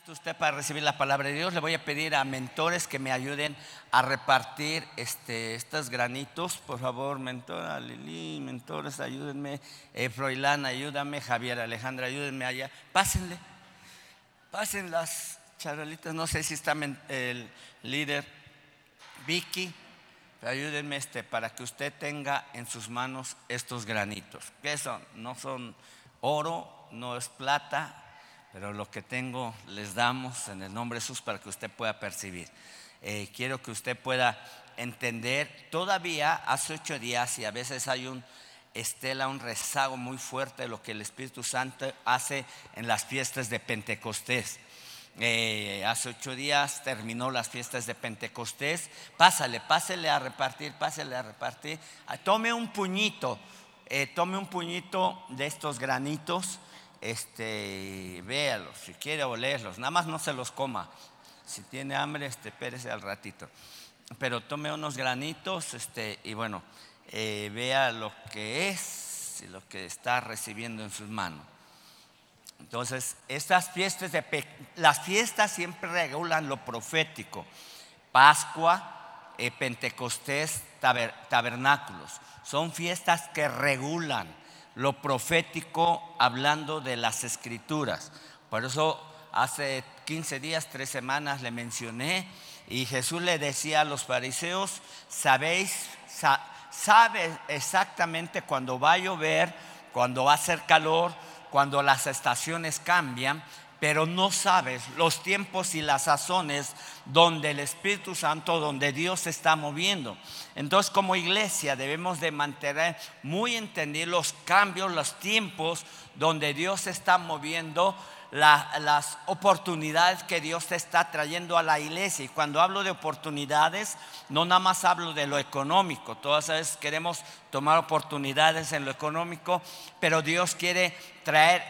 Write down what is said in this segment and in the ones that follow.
listo usted para recibir la palabra de Dios? Le voy a pedir a mentores que me ayuden a repartir estos granitos. Por favor, mentora Lili, mentores, ayúdenme. Froilán, ayúdame. Javier, Alejandra, ayúdenme allá. Pásenle, pasen las charolitas. No sé si está el líder Vicky. Ayúdenme para que usted tenga en sus manos estos granitos. ¿Qué son? No son oro, no es plata, pero lo que tengo les damos en el nombre de Jesús para que usted pueda percibir. Quiero que usted pueda entender. Todavía hace 8 días y a veces hay un rezago muy fuerte de lo que el Espíritu Santo hace en las fiestas de Pentecostés. Hace 8 días terminó las fiestas de Pentecostés. Pásele a repartir, tome un puñito de estos granitos. Véalos, si quiere olerlos, nada más no se los coma. Si tiene hambre, espérese al ratito. Pero tome unos granitos, y bueno, vea lo que es y lo que está recibiendo en sus manos. Entonces, las fiestas siempre regulan lo profético. Pascua, Pentecostés, tabernáculos. Son fiestas que regulan lo profético, hablando de las escrituras. Por eso hace 15 días, 3 semanas le mencioné, y Jesús le decía a los fariseos: sabe exactamente cuando va a llover, cuando va a hacer calor, cuando las estaciones cambian, pero no sabes los tiempos y las sazones donde el Espíritu Santo, donde Dios se está moviendo. Entonces, como iglesia debemos de mantener muy entendidos los cambios, los tiempos donde Dios se está moviendo, las oportunidades que Dios te está trayendo a la iglesia. Y cuando hablo de oportunidades, no nada más hablo de lo económico. Todas veces queremos tomar oportunidades en lo económico, pero Dios quiere traer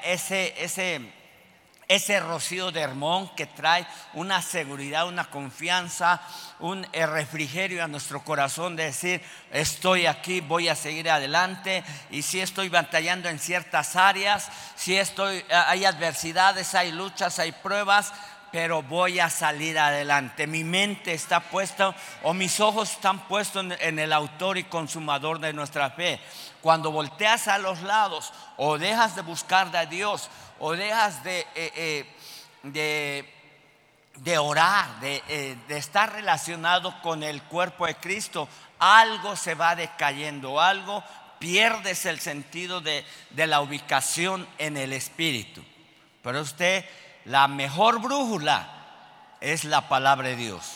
ese rocío de Hermón que trae una seguridad, una confianza, un refrigerio a nuestro corazón de decir: estoy aquí, voy a seguir adelante. Y si estoy batallando en ciertas áreas, hay adversidades, hay luchas, hay pruebas, pero voy a salir adelante. Mi mente está puesta, o mis ojos están puestos en el autor y consumador de nuestra fe. Cuando volteas a los lados, o dejas de buscar a Dios, o dejas de orar, de estar relacionado con el cuerpo de Cristo, algo se va decayendo, algo pierdes el sentido de la ubicación en el Espíritu. Pero la mejor brújula es la palabra de Dios.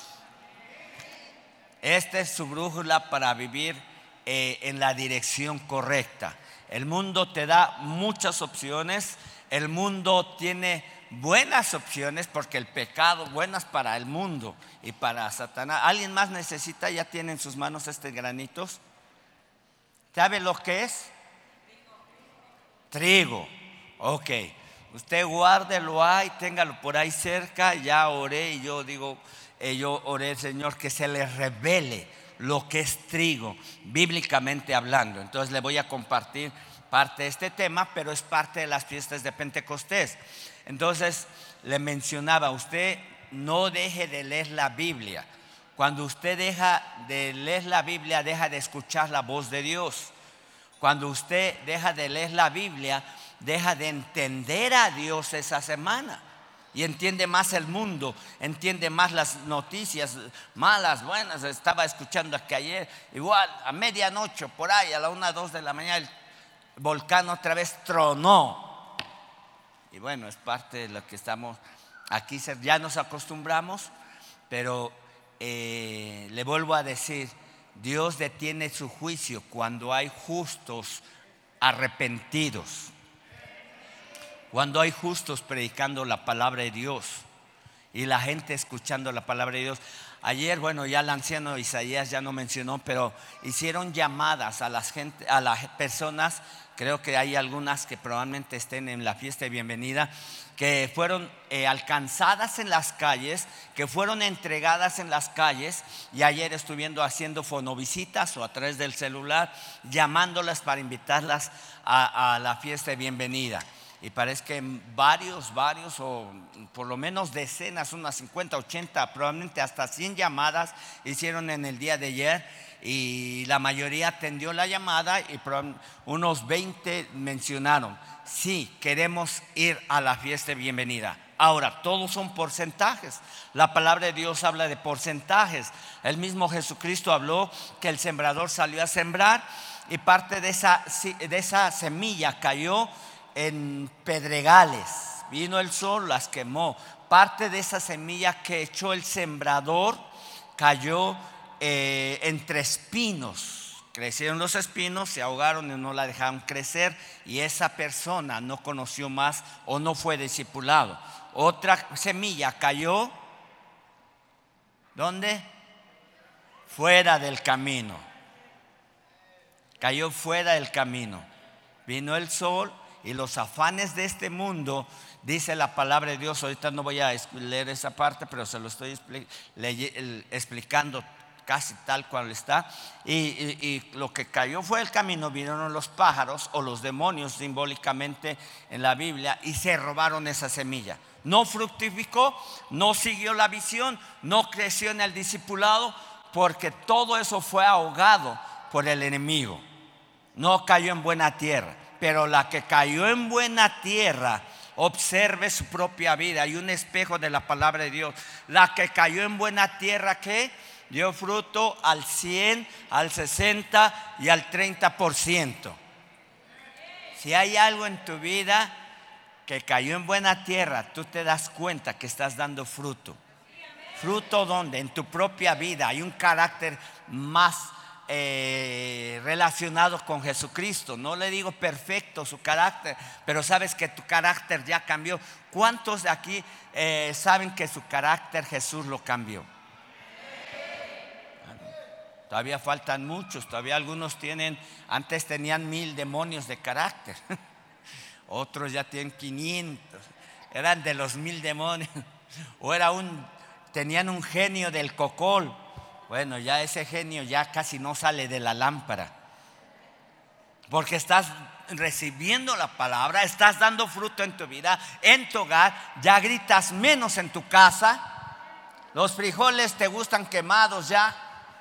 Esta es su brújula para vivir en la dirección correcta. El mundo te da muchas opciones. El mundo tiene buenas opciones, porque el pecado, buenas para el mundo y para Satanás. ¿Alguien más necesita? ¿Ya tiene en sus manos granitos? ¿Sabe lo que es? Trigo. Ok. Usted guárdelo ahí, téngalo por ahí cerca. Ya oré, y yo oré, Señor, que se le revele lo que es trigo, bíblicamente hablando. Entonces le voy a compartir parte de este tema, pero es parte de las fiestas de Pentecostés. Entonces le mencionaba: usted no deje de leer la Biblia. Cuando usted deja de leer la Biblia, deja de escuchar la voz de Dios. Cuando usted deja de leer la Biblia, deja de entender a Dios esa semana, y entiende más el mundo, entiende más las noticias, malas, buenas. Estaba escuchando que ayer, igual a medianoche, por ahí a la 1, 2 de la mañana, el volcán otra vez tronó. Y bueno, es parte de lo que estamos aquí, ya nos acostumbramos. Pero le vuelvo a decir: Dios detiene su juicio cuando hay justos arrepentidos, cuando hay justos predicando la palabra de Dios y la gente escuchando la palabra de Dios. Ayer, bueno, ya el anciano Isaías ya no mencionó, pero hicieron llamadas a las personas. Creo que hay algunas que probablemente estén en la fiesta de bienvenida, que fueron alcanzadas en las calles, que fueron entregadas en las calles. Y ayer estuviendo haciendo fonovisitas o a través del celular, llamándolas para invitarlas a la fiesta de bienvenida. y parece que varios, o por lo menos decenas, unas 50, 80, probablemente hasta 100 llamadas hicieron en el día de ayer, y la mayoría atendió la llamada, y unos 20 mencionaron: sí, queremos ir a la fiesta de bienvenida. Ahora, todos son porcentajes. La palabra de Dios habla de porcentajes. El mismo Jesucristo habló que el sembrador salió a sembrar, y parte de esa semilla cayó en pedregales. Vino el sol, las quemó. Parte de esa semilla que echó el sembrador cayó entre espinos. Crecieron los espinos, se ahogaron y no la dejaron crecer, y esa persona no conoció más o no fue discipulado. Otra semilla cayó, ¿dónde? Fuera del camino. Cayó fuera del camino. Vino el sol y los afanes de este mundo, dice la palabra de Dios. Ahorita no voy a leer esa parte, pero se lo estoy explicando casi tal cual está. Y lo que cayó fue el camino. Vinieron los pájaros o los demonios simbólicamente en la Biblia y se robaron esa semilla. No fructificó, no siguió la visión, no creció en el discipulado, porque todo eso fue ahogado por el enemigo. No cayó en buena tierra. Pero la que cayó en buena tierra, observe su propia vida. Hay un espejo de la palabra de Dios. La que cayó en buena tierra, ¿qué? Dio fruto al 100, al 60 y al 30%. Si hay algo en tu vida que cayó en buena tierra, tú te das cuenta que estás dando fruto. ¿Fruto dónde? En tu propia vida. Hay un carácter más relacionado con Jesucristo. No le digo perfecto su carácter, pero sabes que tu carácter ya cambió. ¿Cuántos de aquí saben que su carácter Jesús lo cambió? Todavía faltan muchos. Todavía algunos antes tenían 1000 demonios de carácter. Otros ya tienen 500. Eran de los 1000 demonios. O tenían un genio del cocol. Bueno, ya ese genio ya casi no sale de la lámpara, porque estás recibiendo la palabra, estás dando fruto en tu vida, en tu hogar. Ya gritas menos en tu casa. Los frijoles te gustan quemados ya.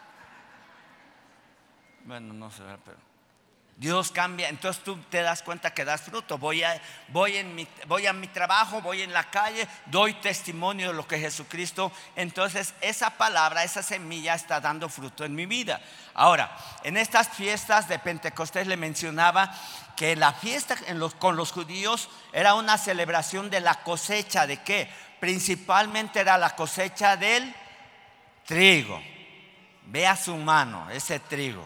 Bueno, no sé, pero Dios cambia. Entonces tú te das cuenta que das fruto. Voy a mi trabajo, voy en la calle, doy testimonio de lo que Jesucristo. Entonces esa palabra, esa semilla está dando fruto en mi vida. Ahora, en estas fiestas de Pentecostés le mencionaba que la fiesta con los judíos era una celebración de la cosecha. ¿De qué? Principalmente era la cosecha del trigo. Vea su mano, ese trigo.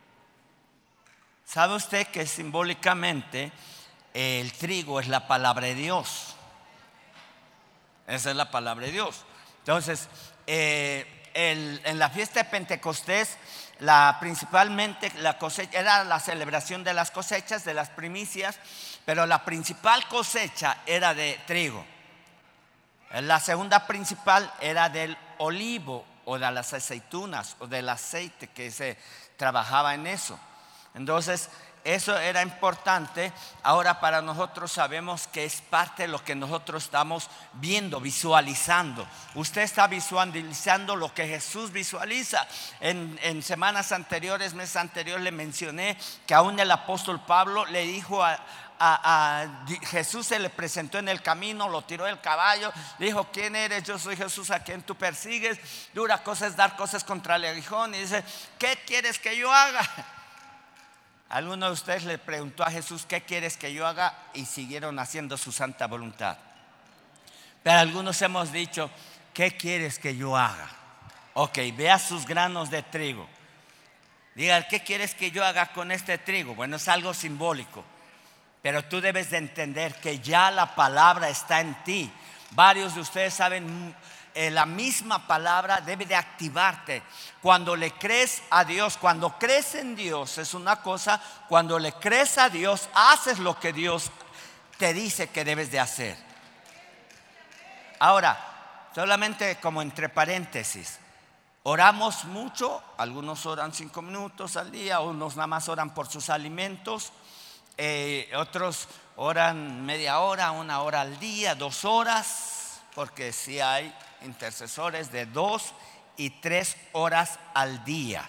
¿Sabe usted que simbólicamente el trigo es la palabra de Dios? Esa es la palabra de Dios. Entonces, en la fiesta de Pentecostés, principalmente la cosecha era la celebración de las cosechas, de las primicias, pero la principal cosecha era de trigo. La segunda principal era del olivo o de las aceitunas o del aceite, que se trabajaba en eso. Entonces eso era importante. Ahora para nosotros sabemos que es parte de lo que nosotros estamos viendo, visualizando. Usted está visualizando lo que Jesús visualiza. En semanas anteriores, meses anteriores, le mencioné que aún el apóstol Pablo le dijo Jesús se le presentó en el camino, lo tiró del caballo, dijo: ¿quién eres? Yo soy Jesús a quien tú persigues. Dura cosa es dar cosas contra el aguijón. Y dice: ¿qué quieres que yo haga? Alguno de ustedes le preguntó a Jesús: ¿qué quieres que yo haga? Y siguieron haciendo su santa voluntad. Pero algunos hemos dicho: ¿qué quieres que yo haga? Ok, vea sus granos de trigo. Diga: ¿qué quieres que yo haga con este trigo? Bueno, es algo simbólico, pero tú debes de entender que ya la palabra está en ti. Varios de ustedes saben, la misma palabra debe de activarte. Cuando le crees a Dios, cuando crees en Dios es una cosa. Cuando le crees a Dios, haces lo que Dios te dice que debes de hacer. Ahora, solamente como entre paréntesis, oramos mucho. Algunos oran 5 minutos al día, unos nada más oran por sus alimentos. Otros oran media hora, 1 hora al día, 2 horas, porque sí hay intercesores de 2 y 3 horas al día.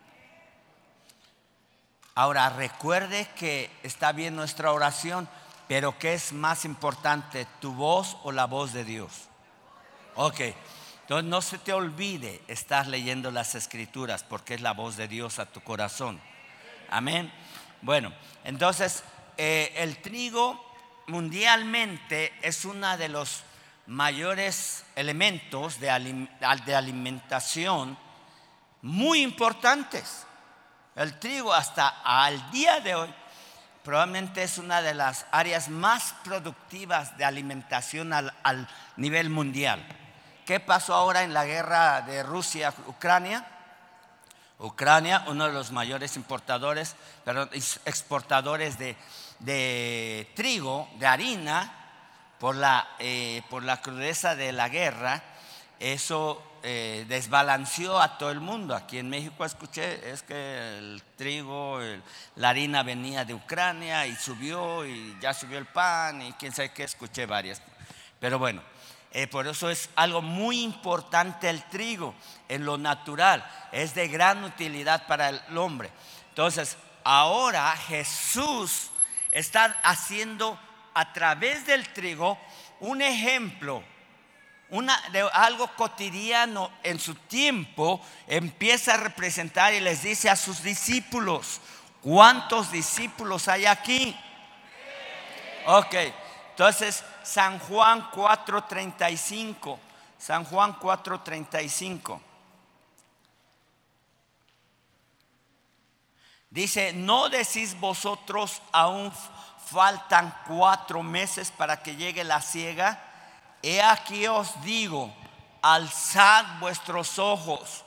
Ahora recuerde que está bien nuestra oración, pero ¿qué es más importante, tu voz o la voz de Dios? Ok, entonces no se te olvide estar leyendo las escrituras, porque es la voz de Dios a tu corazón. Amén. Bueno, entonces el trigo mundialmente es uno de los mayores elementos de alimentación muy importantes. El trigo hasta al día de hoy probablemente es una de las áreas más productivas de alimentación al nivel mundial. ¿Qué pasó ahora en la guerra de Rusia-Ucrania? Ucrania, uno de los mayores exportadores de trigo, de harina, por la crudeza de la guerra, eso desbalanceó a todo el mundo. Aquí en México escuché es que el trigo, la harina venía de Ucrania y subió, y ya subió el pan y quién sabe qué, escuché varias. Pero bueno, por eso es algo muy importante el trigo en lo natural, es de gran utilidad para el hombre. Entonces ahora Jesús está haciendo a través del trigo un ejemplo, de algo cotidiano en su tiempo. Empieza a representar y les dice a sus discípulos. ¿Cuántos discípulos hay aquí? Ok, entonces San Juan 4:35. San Juan 4:35. Dice: ¿no decís vosotros aún faltan 4 meses para que llegue la siega? He aquí os digo, alzad vuestros ojos.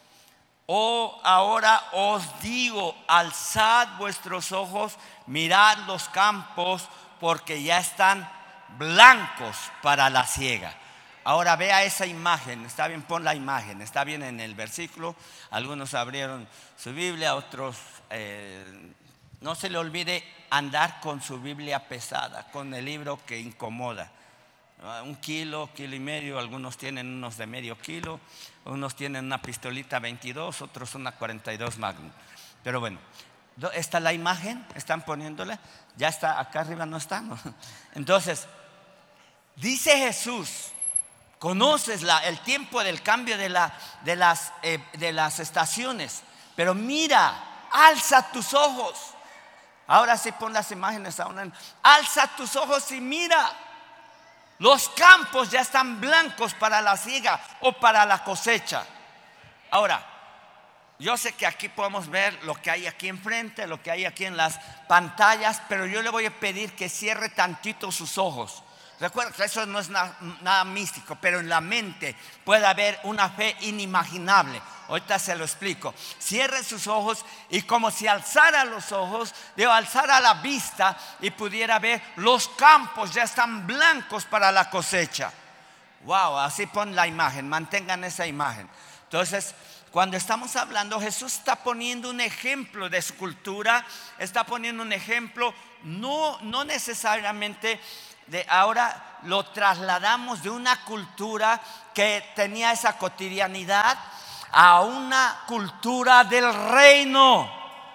Ahora os digo, alzad vuestros ojos, mirad los campos, porque ya están blancos para la siega. Ahora vea esa imagen, está bien, pon la imagen, está bien en el versículo. Algunos abrieron su Biblia, otros no se le olvide andar con su Biblia pesada, con el libro que incomoda. 1 kilo, 1,5 kilos, algunos tienen unos de medio kilo, unos tienen una pistolita 22, otros una 42 Magnum. Pero bueno, ¿está la imagen? ¿Están poniéndola? Ya está, acá arriba no está, ¿no? Entonces, dice Jesús, conoces el tiempo del cambio de las estaciones, pero mira, alza tus ojos. Ahora sí pon las imágenes, alza tus ojos y mira. Los campos ya están blancos para la siega o para la cosecha. Ahora, yo sé que aquí podemos ver lo que hay aquí enfrente, lo que hay aquí en las pantallas, pero yo le voy a pedir que cierre tantito sus ojos. Recuerda que eso no es nada místico, pero en la mente puede haber una fe inimaginable. Ahorita se lo explico. Cierre sus ojos y como si alzara los ojos, alzara la vista y pudiera ver los campos ya están blancos para la cosecha. Wow, así pon la imagen, mantengan esa imagen. Entonces, cuando estamos hablando, Jesús está poniendo un ejemplo de su cultura, está poniendo un ejemplo, no necesariamente ahora lo trasladamos de una cultura que tenía esa cotidianidad a una cultura del reino.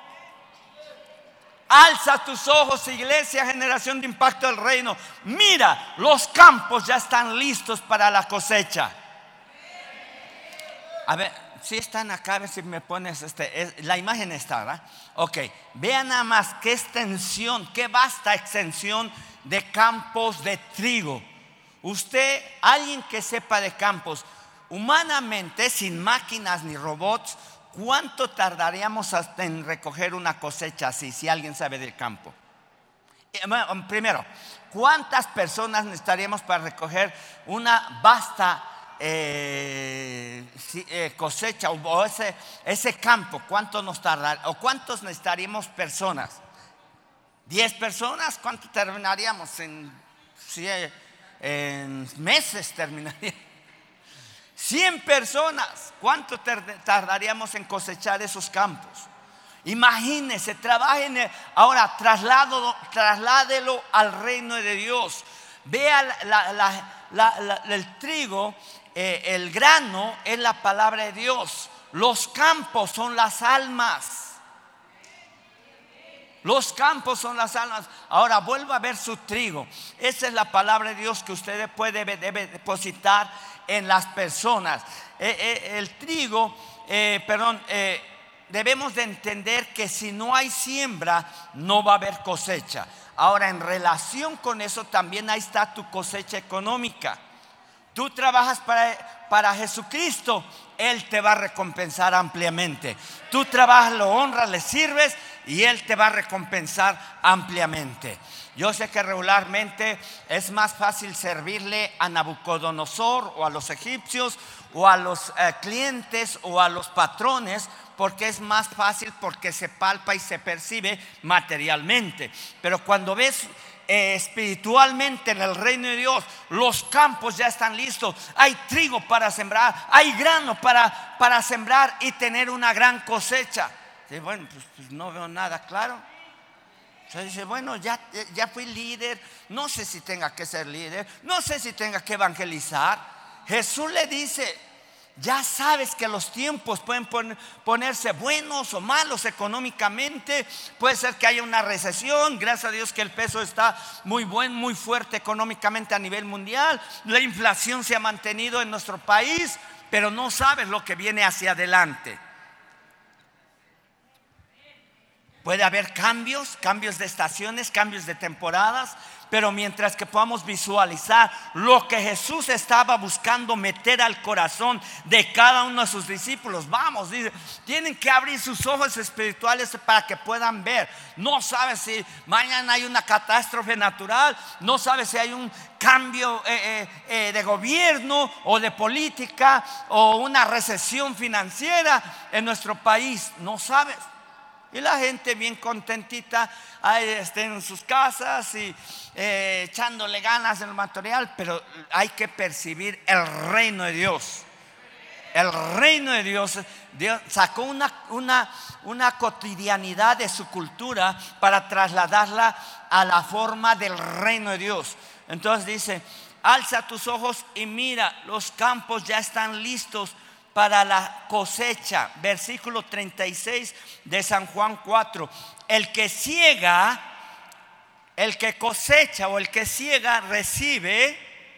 Alza tus ojos, iglesia, generación de impacto del reino. Mira, los campos ya están listos para la cosecha. A ver, si están acá, a ver si me pones la imagen está, ¿verdad? Ok, vean nada más qué extensión, qué vasta extensión de campos de trigo. Usted, alguien que sepa de campos, humanamente, sin máquinas ni robots, ¿cuánto tardaríamos en recoger una cosecha así, si alguien sabe del campo? Primero, ¿cuántas personas necesitaríamos para recoger una vasta cosecha o ese campo? ¿Cuánto nos tardaría? ¿O cuántos necesitaríamos personas? 10 personas, ¿cuánto terminaríamos? En meses terminaríamos. 100 personas, ¿cuánto tardaríamos en cosechar esos campos? Imagínese, trabaje ahora trasládelo al reino de Dios. Vea el trigo, el grano es la palabra de Dios. Los campos son las almas. Los campos son las almas. Ahora vuelva a ver su trigo. Esa es la palabra de Dios que usted debe depositar en las personas. El trigo, debemos de entender que si no hay siembra, no va a haber cosecha. Ahora, en relación con eso, también ahí está tu cosecha económica. Tú trabajas para Jesucristo, Él te va a recompensar ampliamente. Tú trabajas, lo honras, le sirves y Él te va a recompensar ampliamente. Yo sé que regularmente es más fácil servirle a Nabucodonosor o a los egipcios o a los clientes o a los patrones, porque es más fácil, porque se palpa y se percibe materialmente. Pero cuando ves espiritualmente en el reino de Dios, los campos ya están listos. Hay trigo para sembrar, hay grano para sembrar y tener una gran cosecha. Sí, bueno, pues no veo nada claro. O sea, dice, bueno, ya fui líder, no sé si tenga que ser líder, no sé si tenga que evangelizar. Jesús le dice, ya sabes que los tiempos pueden ponerse buenos o malos económicamente. Puede ser que haya una recesión. Gracias a Dios que el peso está muy fuerte económicamente a nivel mundial. La inflación se ha mantenido en nuestro país, pero no sabes lo que viene hacia adelante. Puede haber cambios de estaciones, cambios de temporadas, pero mientras que podamos visualizar lo que Jesús estaba buscando meter al corazón de cada uno de sus discípulos, vamos, dice, tienen que abrir sus ojos espirituales para que puedan ver. No sabes si mañana hay una catástrofe natural, no sabes si hay un cambio de gobierno o de política o una recesión financiera en nuestro país, no sabes. Y la gente bien contentita en sus casas y echándole ganas en el material. Pero hay que percibir el reino de Dios. El reino de Dios, Dios sacó una cotidianidad de su cultura para trasladarla a la forma del reino de Dios. Entonces dice, alza tus ojos y mira, los campos ya están listos para la cosecha. Versículo 36 de San Juan 4. El que ciega, el que cosecha o el que ciega recibe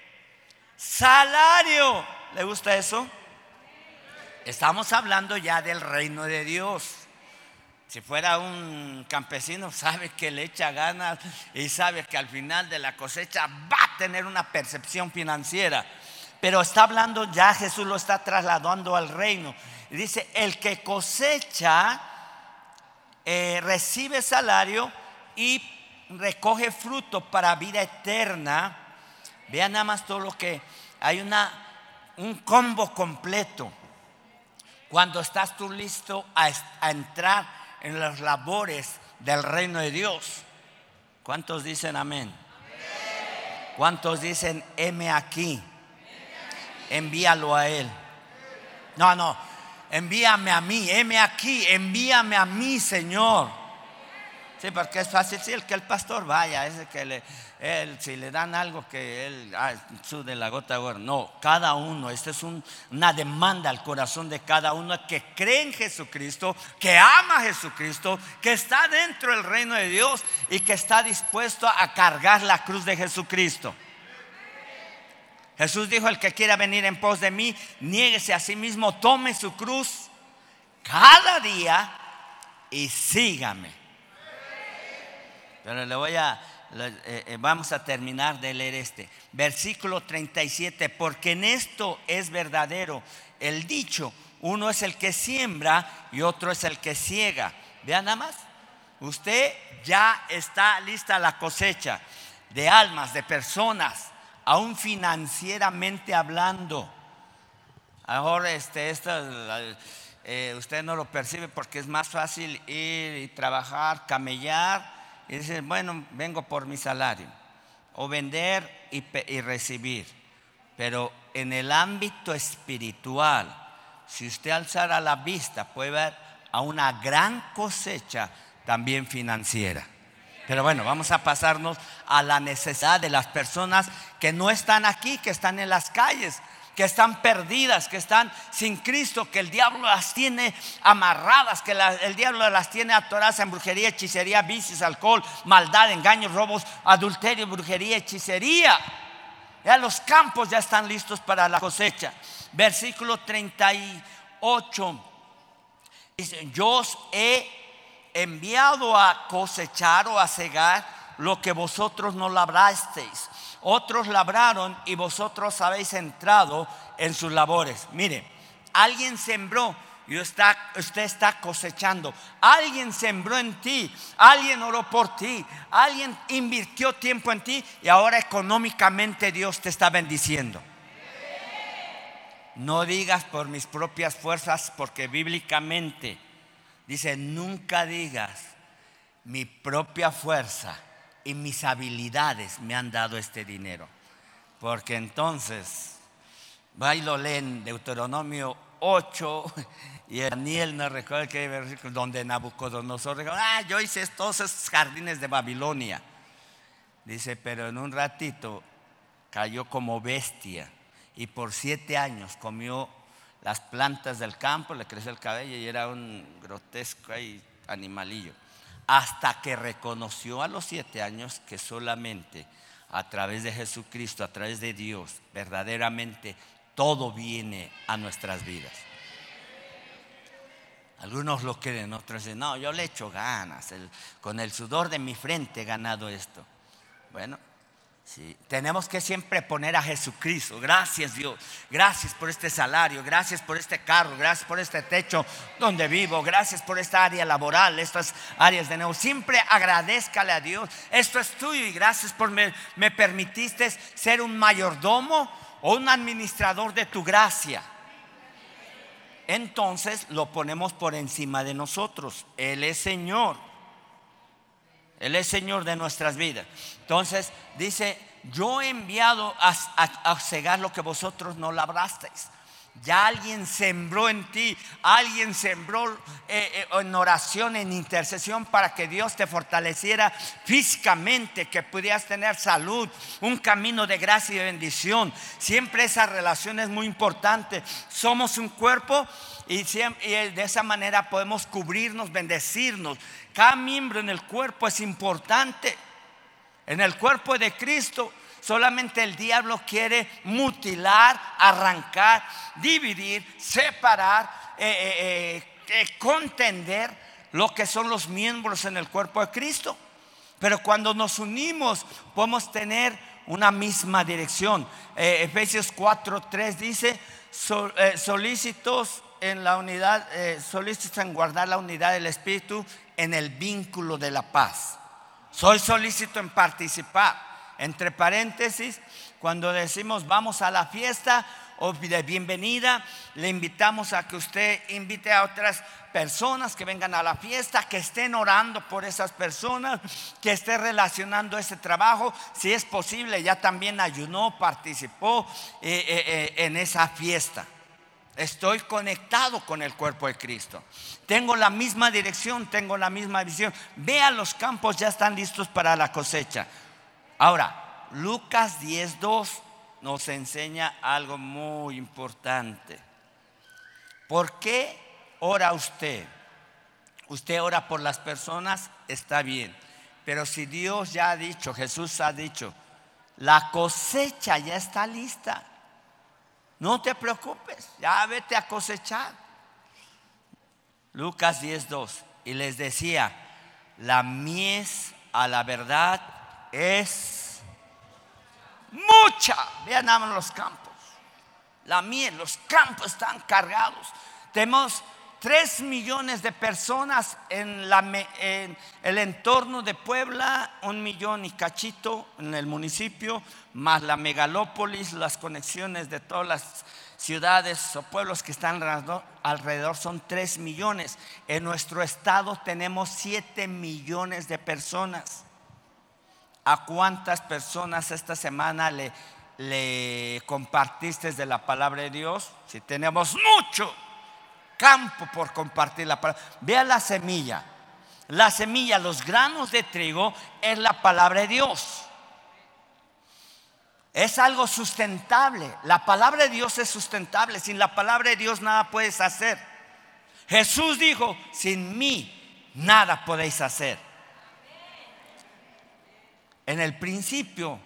salario. ¿Le gusta eso? Estamos hablando ya del reino de Dios. Si fuera un campesino, sabe que le echa ganas y sabe que al final de la cosecha va a tener una percepción financiera. Pero está hablando ya, Jesús lo está trasladando al reino. Y dice, el que cosecha recibe salario y recoge fruto para vida eterna. Vean nada más todo lo que hay, un combo completo. Cuando estás tú listo a entrar en las labores del reino de Dios. ¿Cuántos dicen amén? ¿Cuántos dicen heme aquí? Envíalo a Él. No, envíame a mí, heme aquí, envíame a mí, Señor. Sí, porque es fácil, sí, el pastor vaya, ese que él, si le dan algo que él sude la gota gorda. No, cada uno, esta es una demanda al corazón de cada uno que cree en Jesucristo, que ama a Jesucristo, que está dentro del reino de Dios y que está dispuesto a cargar la cruz de Jesucristo. Jesús dijo, el que quiera venir en pos de mí, niéguese a sí mismo, tome su cruz cada día y sígame. Pero vamos a terminar de leer versículo 37. Porque en esto es verdadero el dicho, uno es el que siembra y otro es el que ciega. Vean nada más, usted ya está lista la cosecha de almas, de personas, aún financieramente hablando. Ahora usted no lo percibe porque es más fácil ir y trabajar, camellar y decir, bueno, vengo por mi salario, o vender y recibir. Pero en el ámbito espiritual, si usted alzara la vista, puede ver a una gran cosecha también financiera. Pero bueno, vamos a pasarnos a la necesidad de las personas que no están aquí, que están en las calles, que están perdidas, que están sin Cristo, que el diablo las tiene amarradas, que el diablo las tiene atoradas en brujería, hechicería, vicios, alcohol, maldad, engaños, robos, adulterio, brujería, hechicería. Ya los campos ya están listos para la cosecha. Versículo 38 dice: yo os he enviado a cosechar o a cegar lo que vosotros no labrasteis. Otros labraron y vosotros habéis entrado en sus labores. Mire, alguien sembró y usted está cosechando. Alguien sembró en ti, alguien oró por ti, alguien invirtió tiempo en ti y ahora económicamente Dios te está bendiciendo. No digas por mis propias fuerzas, porque bíblicamente dice: nunca digas mi propia fuerza y mis habilidades me han dado este dinero. Porque entonces va y lo leen Deuteronomio 8 y Daniel, no recuerdo qué versículo, donde Nabucodonosor dijo: yo hice todos esos jardines de Babilonia. Dice: pero en un ratito cayó como bestia y por 7 años comió las plantas del campo, le creció el cabello y era un grotesco ahí animalillo. Hasta que reconoció a los 7 años que solamente a través de Jesucristo, a través de Dios, verdaderamente todo viene a nuestras vidas. Algunos lo creen, otros dicen: no, yo le echo ganas, con el sudor de mi frente he ganado esto. Bueno, sí, tenemos que siempre poner a Jesucristo. Gracias, Dios, gracias por este salario, gracias por este carro, gracias por este techo donde vivo, gracias por esta área laboral, estas áreas de negocio. Siempre agradézcale a Dios: esto es tuyo y gracias por me permitiste ser un mayordomo o un administrador de tu gracia. Entonces lo ponemos por encima de nosotros. Él es Señor. Él es Señor de nuestras vidas. Entonces dice: yo he enviado a cegar lo que vosotros no labrasteis. Ya alguien sembró en ti, alguien sembró en oración, en intercesión, para que Dios te fortaleciera físicamente, que pudieras tener salud, un camino de gracia y de bendición. Siempre esa relación es muy importante. Somos un cuerpo y de esa manera podemos cubrirnos, bendecirnos. Cada miembro en el cuerpo es importante. En el cuerpo de Cristo solamente el diablo quiere mutilar, arrancar, dividir, separar, contender lo que son los miembros en el cuerpo de Cristo. Pero cuando nos unimos podemos tener una misma dirección. Efesios 4:3 dice: solícitos en la unidad, solícitos en guardar la unidad del Espíritu en el vínculo de la paz. Soy solícito en participar. Entre paréntesis, cuando decimos vamos a la fiesta o de bienvenida, le invitamos a que usted invite a otras personas que vengan a la fiesta, que estén orando por esas personas, que esté relacionando ese trabajo. Si es posible, ya también ayunó, participó en esa fiesta. Estoy conectado con el cuerpo de Cristo. Tengo la misma dirección, tengo la misma visión. Vea, los campos ya están listos para la cosecha. Ahora, Lucas 10:2 nos enseña algo muy importante. ¿Por qué ora usted? Usted ora por las personas, está bien. Pero si Dios ya ha dicho, Jesús ha dicho, la cosecha ya está lista. No te preocupes, ya vete a cosechar. Lucas 10:2. Y les decía: la mies a la verdad es mucha. Vean nada más los campos. La miel, los campos están cargados. Tenemos 3 millones de personas en el entorno de Puebla, 1 millón y cachito en el municipio, más la megalópolis, las conexiones de todas las ciudades o pueblos que están alrededor son 3 millones. En nuestro estado tenemos 7 millones de personas. ¿A cuántas personas esta semana le compartiste de la palabra de Dios? Si tenemos mucho. campo por compartir la palabra. Vea la semilla. La semilla, los granos de trigo es la palabra de Dios. Es algo sustentable. La palabra de Dios es sustentable. Sin la palabra de Dios nada puedes hacer. Jesús dijo: sin mí nada podéis hacer. En el principio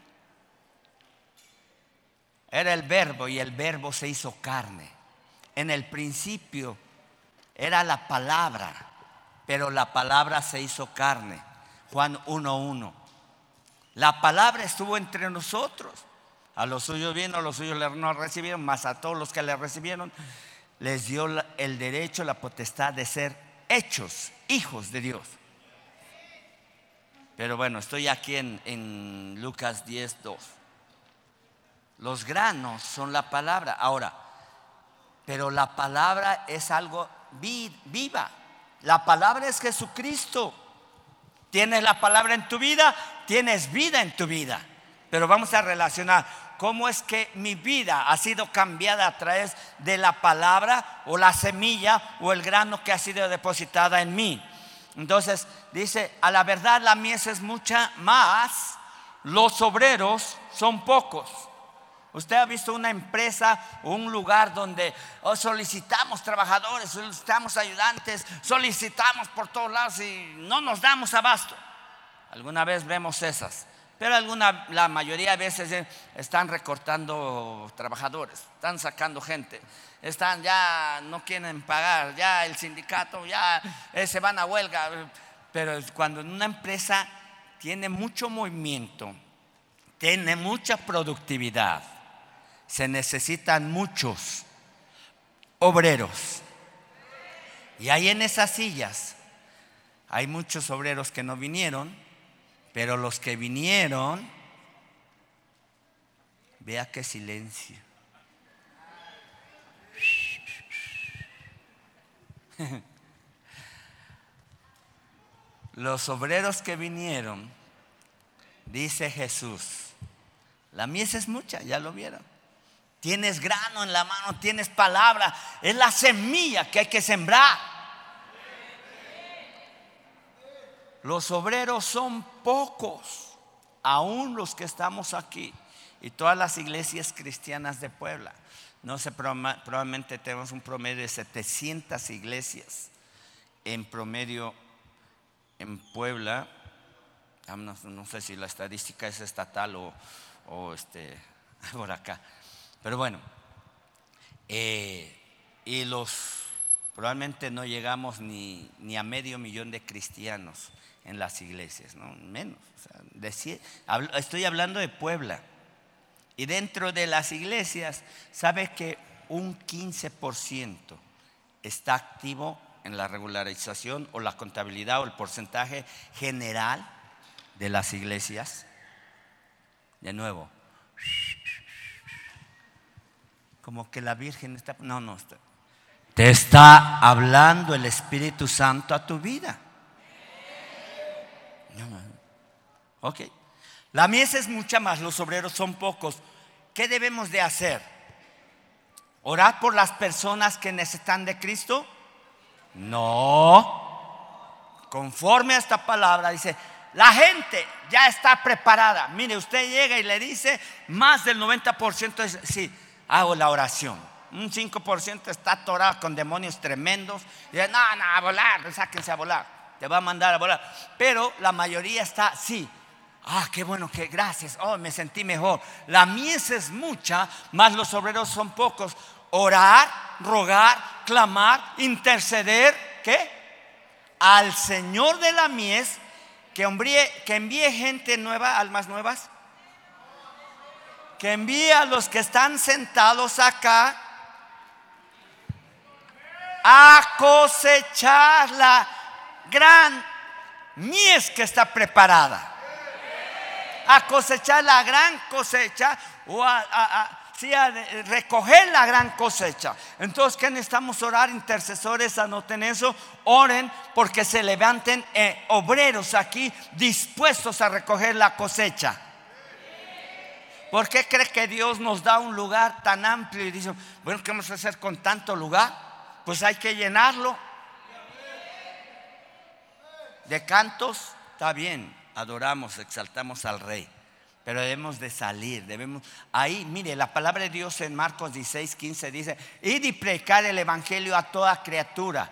era el verbo, y el verbo se hizo carne. En el principio era la palabra, pero la palabra se hizo carne. Juan 1:1. La palabra estuvo entre nosotros. A los suyos vino, a los suyos no recibieron, mas a todos los que le recibieron les dio el derecho, la potestad de ser hechos hijos de Dios. Pero bueno, estoy aquí en Lucas 10:2. Los granos son la palabra. Ahora, pero la palabra es algo viva. La palabra es Jesucristo. Tienes la palabra en tu vida, tienes vida en tu vida. Pero vamos a relacionar cómo es que mi vida ha sido cambiada a través de la palabra, o la semilla, o el grano que ha sido depositada en mí. Entonces dice: a la verdad la mies es mucha, más los obreros son pocos. Usted ha visto una empresa o un lugar donde solicitamos trabajadores, solicitamos ayudantes, solicitamos por todos lados y no nos damos abasto. Alguna vez vemos esas, pero la mayoría de veces están recortando trabajadores, están sacando gente, ya no quieren pagar, ya el sindicato ya se van a huelga. Pero cuando una empresa tiene mucho movimiento, tiene mucha productividad, se necesitan muchos obreros. Y ahí en esas sillas hay muchos obreros que no vinieron, pero los que vinieron, vea qué silencio. Los obreros que vinieron, dice Jesús: la mies es mucha, ya lo vieron. Tienes grano en la mano, tienes palabra, es la semilla que hay que sembrar. Los obreros son pocos, aún los que estamos aquí y todas las iglesias cristianas de Puebla. No sé, probablemente tenemos un promedio de 700 iglesias en promedio en Puebla. No sé si la estadística es estatal o por acá. Pero bueno, y probablemente no llegamos ni a 500,000 de cristianos en las iglesias, ¿no? Menos. O sea, estoy hablando de Puebla. Y dentro de las iglesias, ¿sabe que un 15% está activo en la regularización o la contabilidad o el porcentaje general de las iglesias? De nuevo, como que la Virgen está. No está. Te está hablando el Espíritu Santo a tu vida. Ok. La mies es mucha, más los obreros son pocos. ¿Qué debemos de hacer? ¿Orar por las personas que necesitan de Cristo? No. Conforme a esta palabra dice: la gente ya está preparada. Mire, usted llega y le dice, más del 90% es sí, hago la oración. Un 5% está atorado con demonios tremendos. Y dice: no, a volar, sáquense a volar. Te va a mandar a volar. Pero la mayoría está, sí. Qué bueno, que gracias. Me sentí mejor. La mies es mucha, más los obreros son pocos. Orar, rogar, clamar, interceder. ¿Qué? Al Señor de la mies que envíe gente nueva, almas nuevas. Que envíe a los que están sentados acá a cosechar la gran mies que está preparada. A cosechar la gran cosecha, o a recoger la gran cosecha. Entonces, ¿qué necesitamos? Orar. Intercesores, anoten eso. Oren porque se levanten obreros aquí dispuestos a recoger la cosecha. ¿Por qué cree que Dios nos da un lugar tan amplio y dice: bueno, qué vamos a hacer con tanto lugar? pues hay que llenarlo de cantos. Está bien, adoramos, exaltamos al Rey, pero debemos de salir, ahí, mire, la palabra de Dios en Marcos 16:15 dice: id y predicar el evangelio a toda criatura.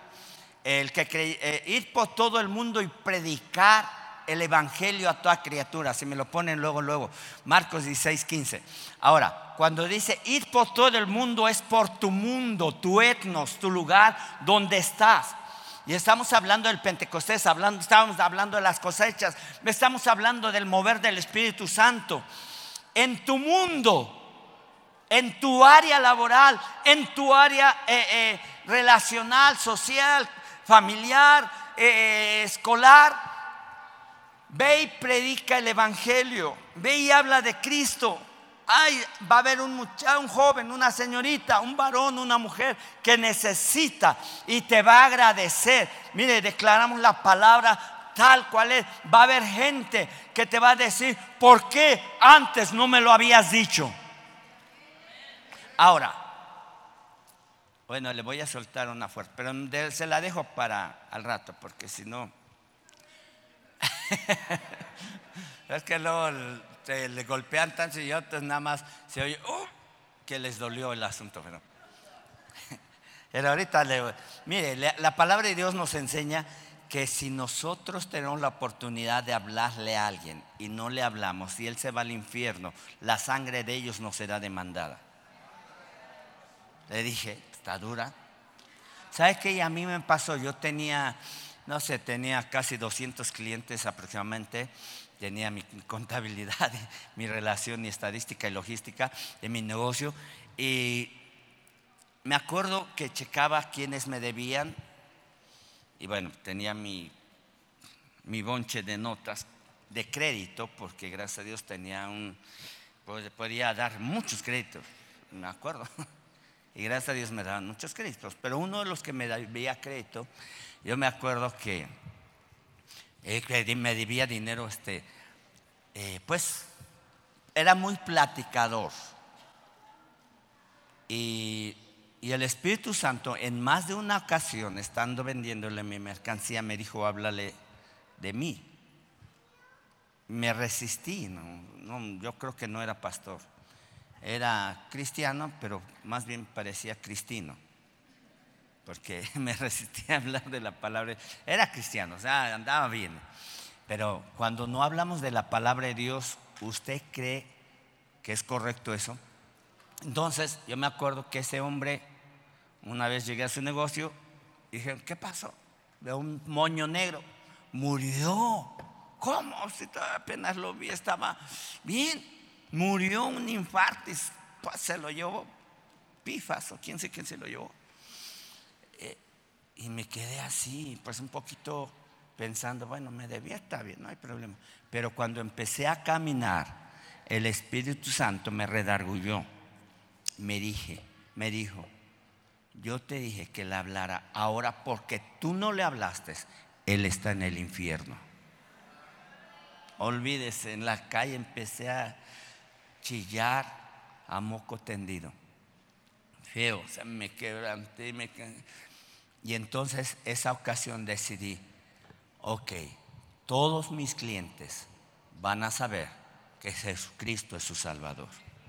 Ir por todo el mundo y predicar el evangelio a toda criatura. Si me lo ponen luego, Marcos 16:15. Ahora, cuando dice ir por todo el mundo, es por tu mundo, tu etnos, tu lugar donde estás. Y estamos hablando del Pentecostés, estamos hablando de las cosechas, estamos hablando del mover del Espíritu Santo. En tu mundo, en tu área laboral, en tu área relacional, social, familiar, escolar, ve y predica el evangelio, ve y habla de Cristo. Va a haber un joven, una señorita, un varón, una mujer que necesita y te va a agradecer. Mire, declaramos la palabra tal cual es. Va a haber gente que te va a decir: ¿por qué antes no me lo habías dicho? Ahora, bueno, le voy a soltar una fuerte, pero se la dejo para al rato, porque si no es que luego le golpean tanto y otros nada más se oye que les dolió el asunto. Pero ahorita mire, la palabra de Dios nos enseña que si nosotros tenemos la oportunidad de hablarle a alguien y no le hablamos y él se va al infierno, la sangre de ellos no será demandada. Le dije, está dura. ¿Sabes qué? A mí me pasó, yo tenía casi 200 clientes aproximadamente. Tenía mi contabilidad, mi relación y estadística y logística de mi negocio. Y me acuerdo que checaba quiénes me debían. Y bueno, tenía mi bonche de notas de crédito, porque gracias a Dios podía dar muchos créditos, me acuerdo. Y gracias a Dios me daban muchos créditos. Pero uno de los que me debía crédito, yo me acuerdo que me debía dinero, pues era muy platicador. Y el Espíritu Santo, en más de una ocasión, estando vendiéndole mi mercancía, me dijo: háblale de mí. Me resistí, yo creo que no era pastor, era cristiano, pero más bien parecía cristino, porque me resistí a hablar de la palabra. Era cristiano, o sea, andaba bien. Pero cuando no hablamos de la palabra de Dios, ¿usted cree que es correcto eso? Entonces yo me acuerdo que ese hombre, una vez llegué a su negocio y dije: ¿qué pasó? De un moño negro, murió. ¿Cómo? Si apenas lo vi, estaba bien. Murió un infarto, pues se lo llevó Pifas, o quién sé quién se lo llevó. Y me quedé así, pues un poquito pensando: bueno, me debía, está bien, no hay problema. Pero cuando empecé a caminar, el Espíritu Santo me redargulló. Me dijo: yo te dije que le hablara, ahora porque tú no le hablaste, él está en el infierno. Olvídese, en la calle empecé a chillar a moco tendido. Feo, o sea, me quebranté, y entonces esa ocasión decidí: ok, todos mis clientes van a saber que Jesucristo es su Salvador.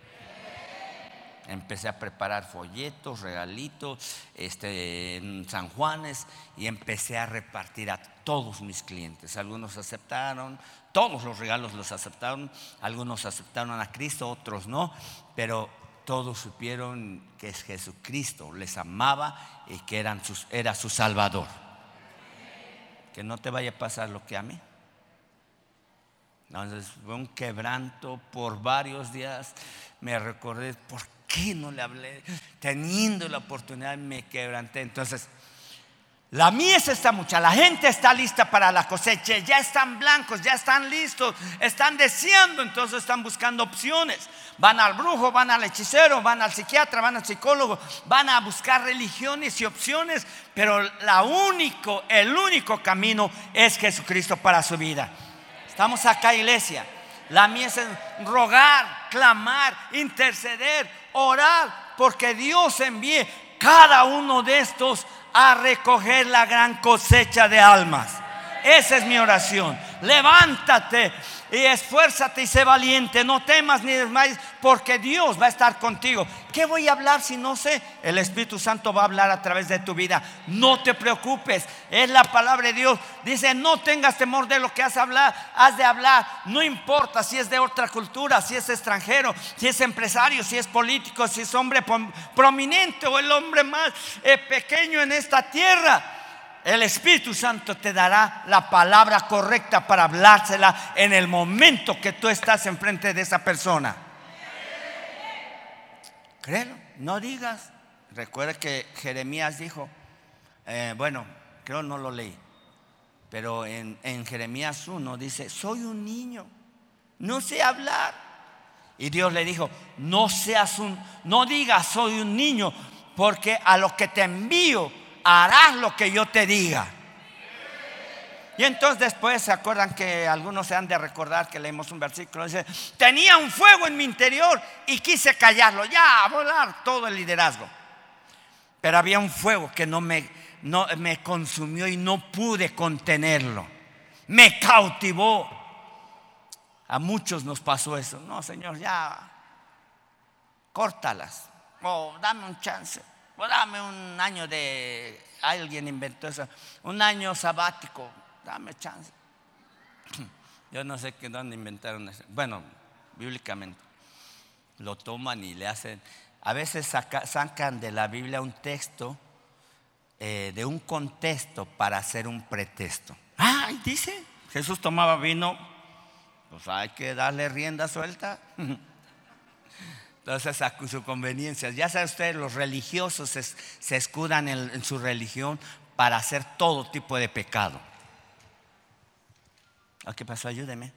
Empecé a preparar folletos, regalitos, en San Juanes, y empecé a repartir a todos mis clientes. Algunos aceptaron, todos los regalos los aceptaron, algunos aceptaron a Cristo, otros no, pero todos supieron que Jesucristo les amaba y que era su Salvador. Que no te vaya a pasar lo que a mí. Entonces fue un quebranto por varios días. Me recordé: ¿por qué no le hablé? Teniendo la oportunidad, me quebranté. Entonces, la mies está mucha, la gente está lista para la cosecha, ya están blancos, ya están listos, están deseando, entonces están buscando opciones. Van al brujo, van al hechicero, van al psiquiatra, van al psicólogo, van a buscar religiones y opciones, pero el único camino es Jesucristo para su vida. Estamos acá, iglesia. La mies es rogar, clamar, interceder, orar, porque Dios envíe cada uno de estos a recoger la gran cosecha de almas. Esa es mi oración. Levántate y esfuérzate y sé valiente. No temas ni desmayes, porque Dios va a estar contigo. ¿Qué voy a hablar si no sé? El Espíritu Santo va a hablar a través de tu vida. No te preocupes, es la palabra de Dios. Dice: no tengas temor de lo que has de hablar. No importa si es de otra cultura, si es extranjero, si es empresario, si es político, si es hombre prominente o el hombre más pequeño en esta tierra. El Espíritu Santo te dará la palabra correcta para hablársela en el momento que tú estás enfrente de esa persona. Créelo, no digas. Recuerda que Jeremías dijo, bueno, creo no lo leí, pero en Jeremías 1 dice: soy un niño, no sé hablar. Y Dios le dijo: no digas soy un niño, porque a lo que te envío harás lo que yo te diga. Y entonces después se acuerdan que algunos se han de recordar que leemos un versículo, dice: tenía un fuego en mi interior y quise callarlo. Ya, a volar todo el liderazgo. Pero había un fuego que no me consumió y no pude contenerlo. Me cautivó. A muchos nos pasó eso. No, Señor, ya córtalas. O dame un chance. O dame un año de... Alguien inventó eso. Un año sabático. Dame chance. Yo no sé dónde inventaron eso. Bueno, bíblicamente lo toman y le hacen. A veces sacan de la Biblia un texto de un contexto para hacer un pretexto. Y dice: Jesús tomaba vino, pues hay que darle rienda suelta. Entonces, a su conveniencia. Ya sabe usted, los religiosos se escudan en su religión para hacer todo tipo de pecado. ¿Qué pasó? Ayúdeme.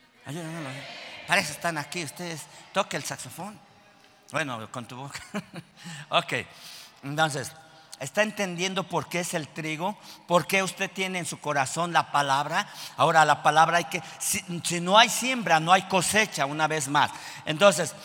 Para eso están aquí ustedes. Toque el saxofón. Bueno, con tu boca. Ok. Entonces, ¿está entendiendo por qué es el trigo? ¿Por qué usted tiene en su corazón la palabra? Ahora, la palabra hay que... Si no hay siembra, no hay cosecha, una vez más. Entonces,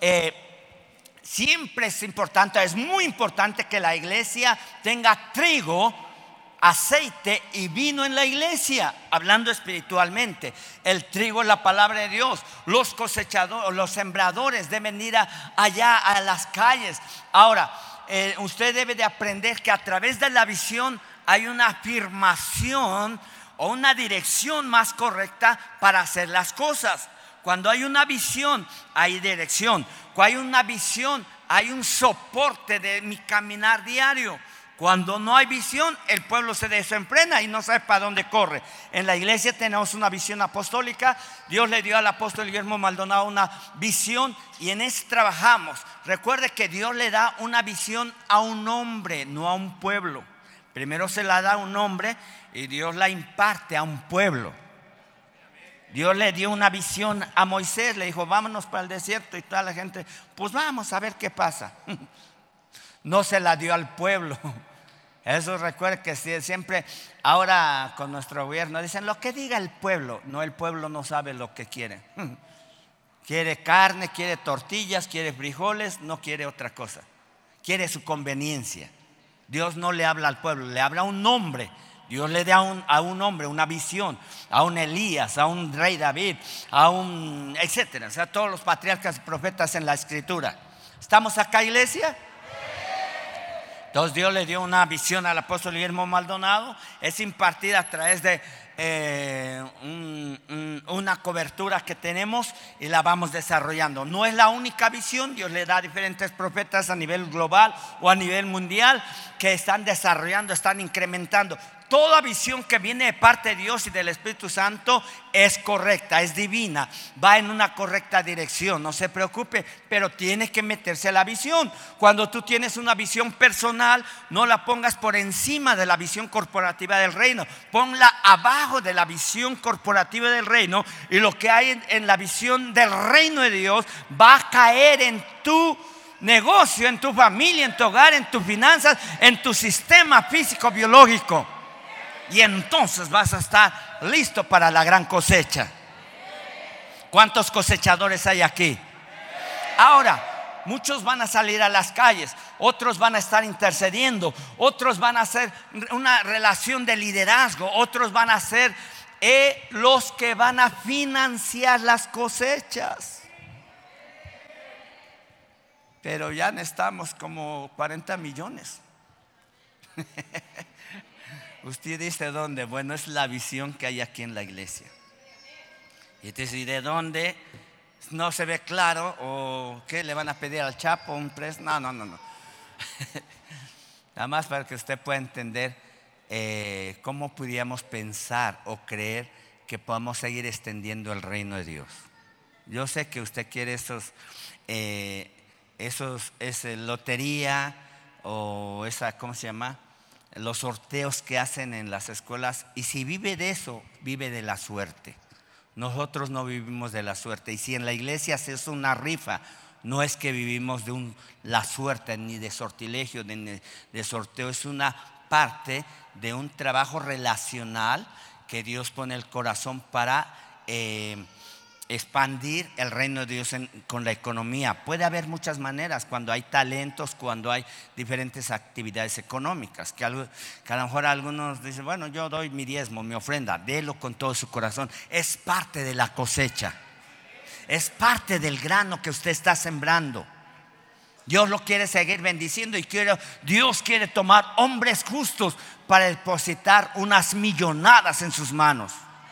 siempre es importante, es muy importante que la iglesia tenga trigo, aceite y vino en la iglesia, hablando espiritualmente. El trigo es la palabra de Dios. Los cosechadores, los sembradores deben ir allá a las calles. Ahora, usted debe de aprender que a través de la visión hay una afirmación o una dirección más correcta para hacer las cosas. Cuando hay una visión, hay dirección. Cuando hay una visión, hay un soporte de mi caminar diario. Cuando no hay visión, el pueblo se desenfrena y no sabe para dónde corre. En la iglesia tenemos una visión apostólica. Dios le dio al apóstol Guillermo Maldonado una visión y en eso trabajamos. Recuerde que Dios le da una visión a un hombre, no a un pueblo. Primero se la da a un hombre y Dios la imparte a un pueblo. Dios le dio una visión a Moisés, le dijo: vámonos para el desierto, y toda la gente, pues vamos a ver qué pasa. No se la dio al pueblo. Eso recuerde que siempre, ahora con nuestro gobierno dicen lo que diga el pueblo. No, el pueblo no sabe lo que quiere. Quiere carne, quiere tortillas, quiere frijoles, no quiere otra cosa. Quiere su conveniencia. Dios no le habla al pueblo, le habla a un hombre. Dios le da a un hombre una visión, a un Elías, a un rey David, a un etcétera. O sea, todos los patriarcas y profetas en la escritura. ¿Estamos acá, iglesia? Entonces Dios le dio una visión al apóstol Guillermo Maldonado. Es impartida a través de una cobertura que tenemos y la vamos desarrollando. No es la única visión. Dios le da a diferentes profetas a nivel global o a nivel mundial que están desarrollando, están incrementando. Toda visión que viene de parte de Dios y del Espíritu Santo es correcta, es divina, va en una correcta dirección. No se preocupe, pero tiene que meterse a la visión. Cuando tú tienes una visión personal, no la pongas por encima de la visión corporativa del reino. Ponla abajo de la visión corporativa del reino, y lo que hay en la visión del reino de Dios va a caer en tu negocio, en tu familia, en tu hogar, en tus finanzas, en tu sistema físico biológico. Y entonces vas a estar listo para la gran cosecha. ¿Cuántos cosechadores hay aquí? Ahora, Muchos van a salir a las calles, otros van a estar intercediendo, otros van a hacer una relación de liderazgo, otros van a ser los que van a financiar las cosechas. Pero ya necesitamos como 40 millones. Usted dice ¿dónde? Bueno, es la visión que hay aquí en la iglesia. Y te dice, ¿de dónde? No se ve claro. ¿O qué le van a pedir al Chapo un préstamo? No. Nada más para que usted pueda entender cómo pudiéramos pensar o creer que podamos seguir extendiendo el reino de Dios. Yo sé que usted quiere lotería o esa, ¿cómo se llama? Los sorteos que hacen en las escuelas. Y si vive de eso, vive de la suerte. Nosotros no vivimos de la suerte. Y si en la iglesia se hace una rifa, no es que vivimos de la suerte, ni de sortilegio, ni de sorteo. Es una parte de un trabajo relacional que Dios pone en el corazón para expandir el reino de Dios con la economía. Puede haber muchas maneras cuando hay talentos, cuando hay diferentes actividades económicas, que a lo mejor algunos dicen, bueno, yo doy mi diezmo, mi ofrenda. Délo con todo su corazón. Es parte de la cosecha, es parte del grano que usted está sembrando. Dios lo quiere seguir bendiciendo y Dios quiere tomar hombres justos para depositar unas millonadas en sus manos.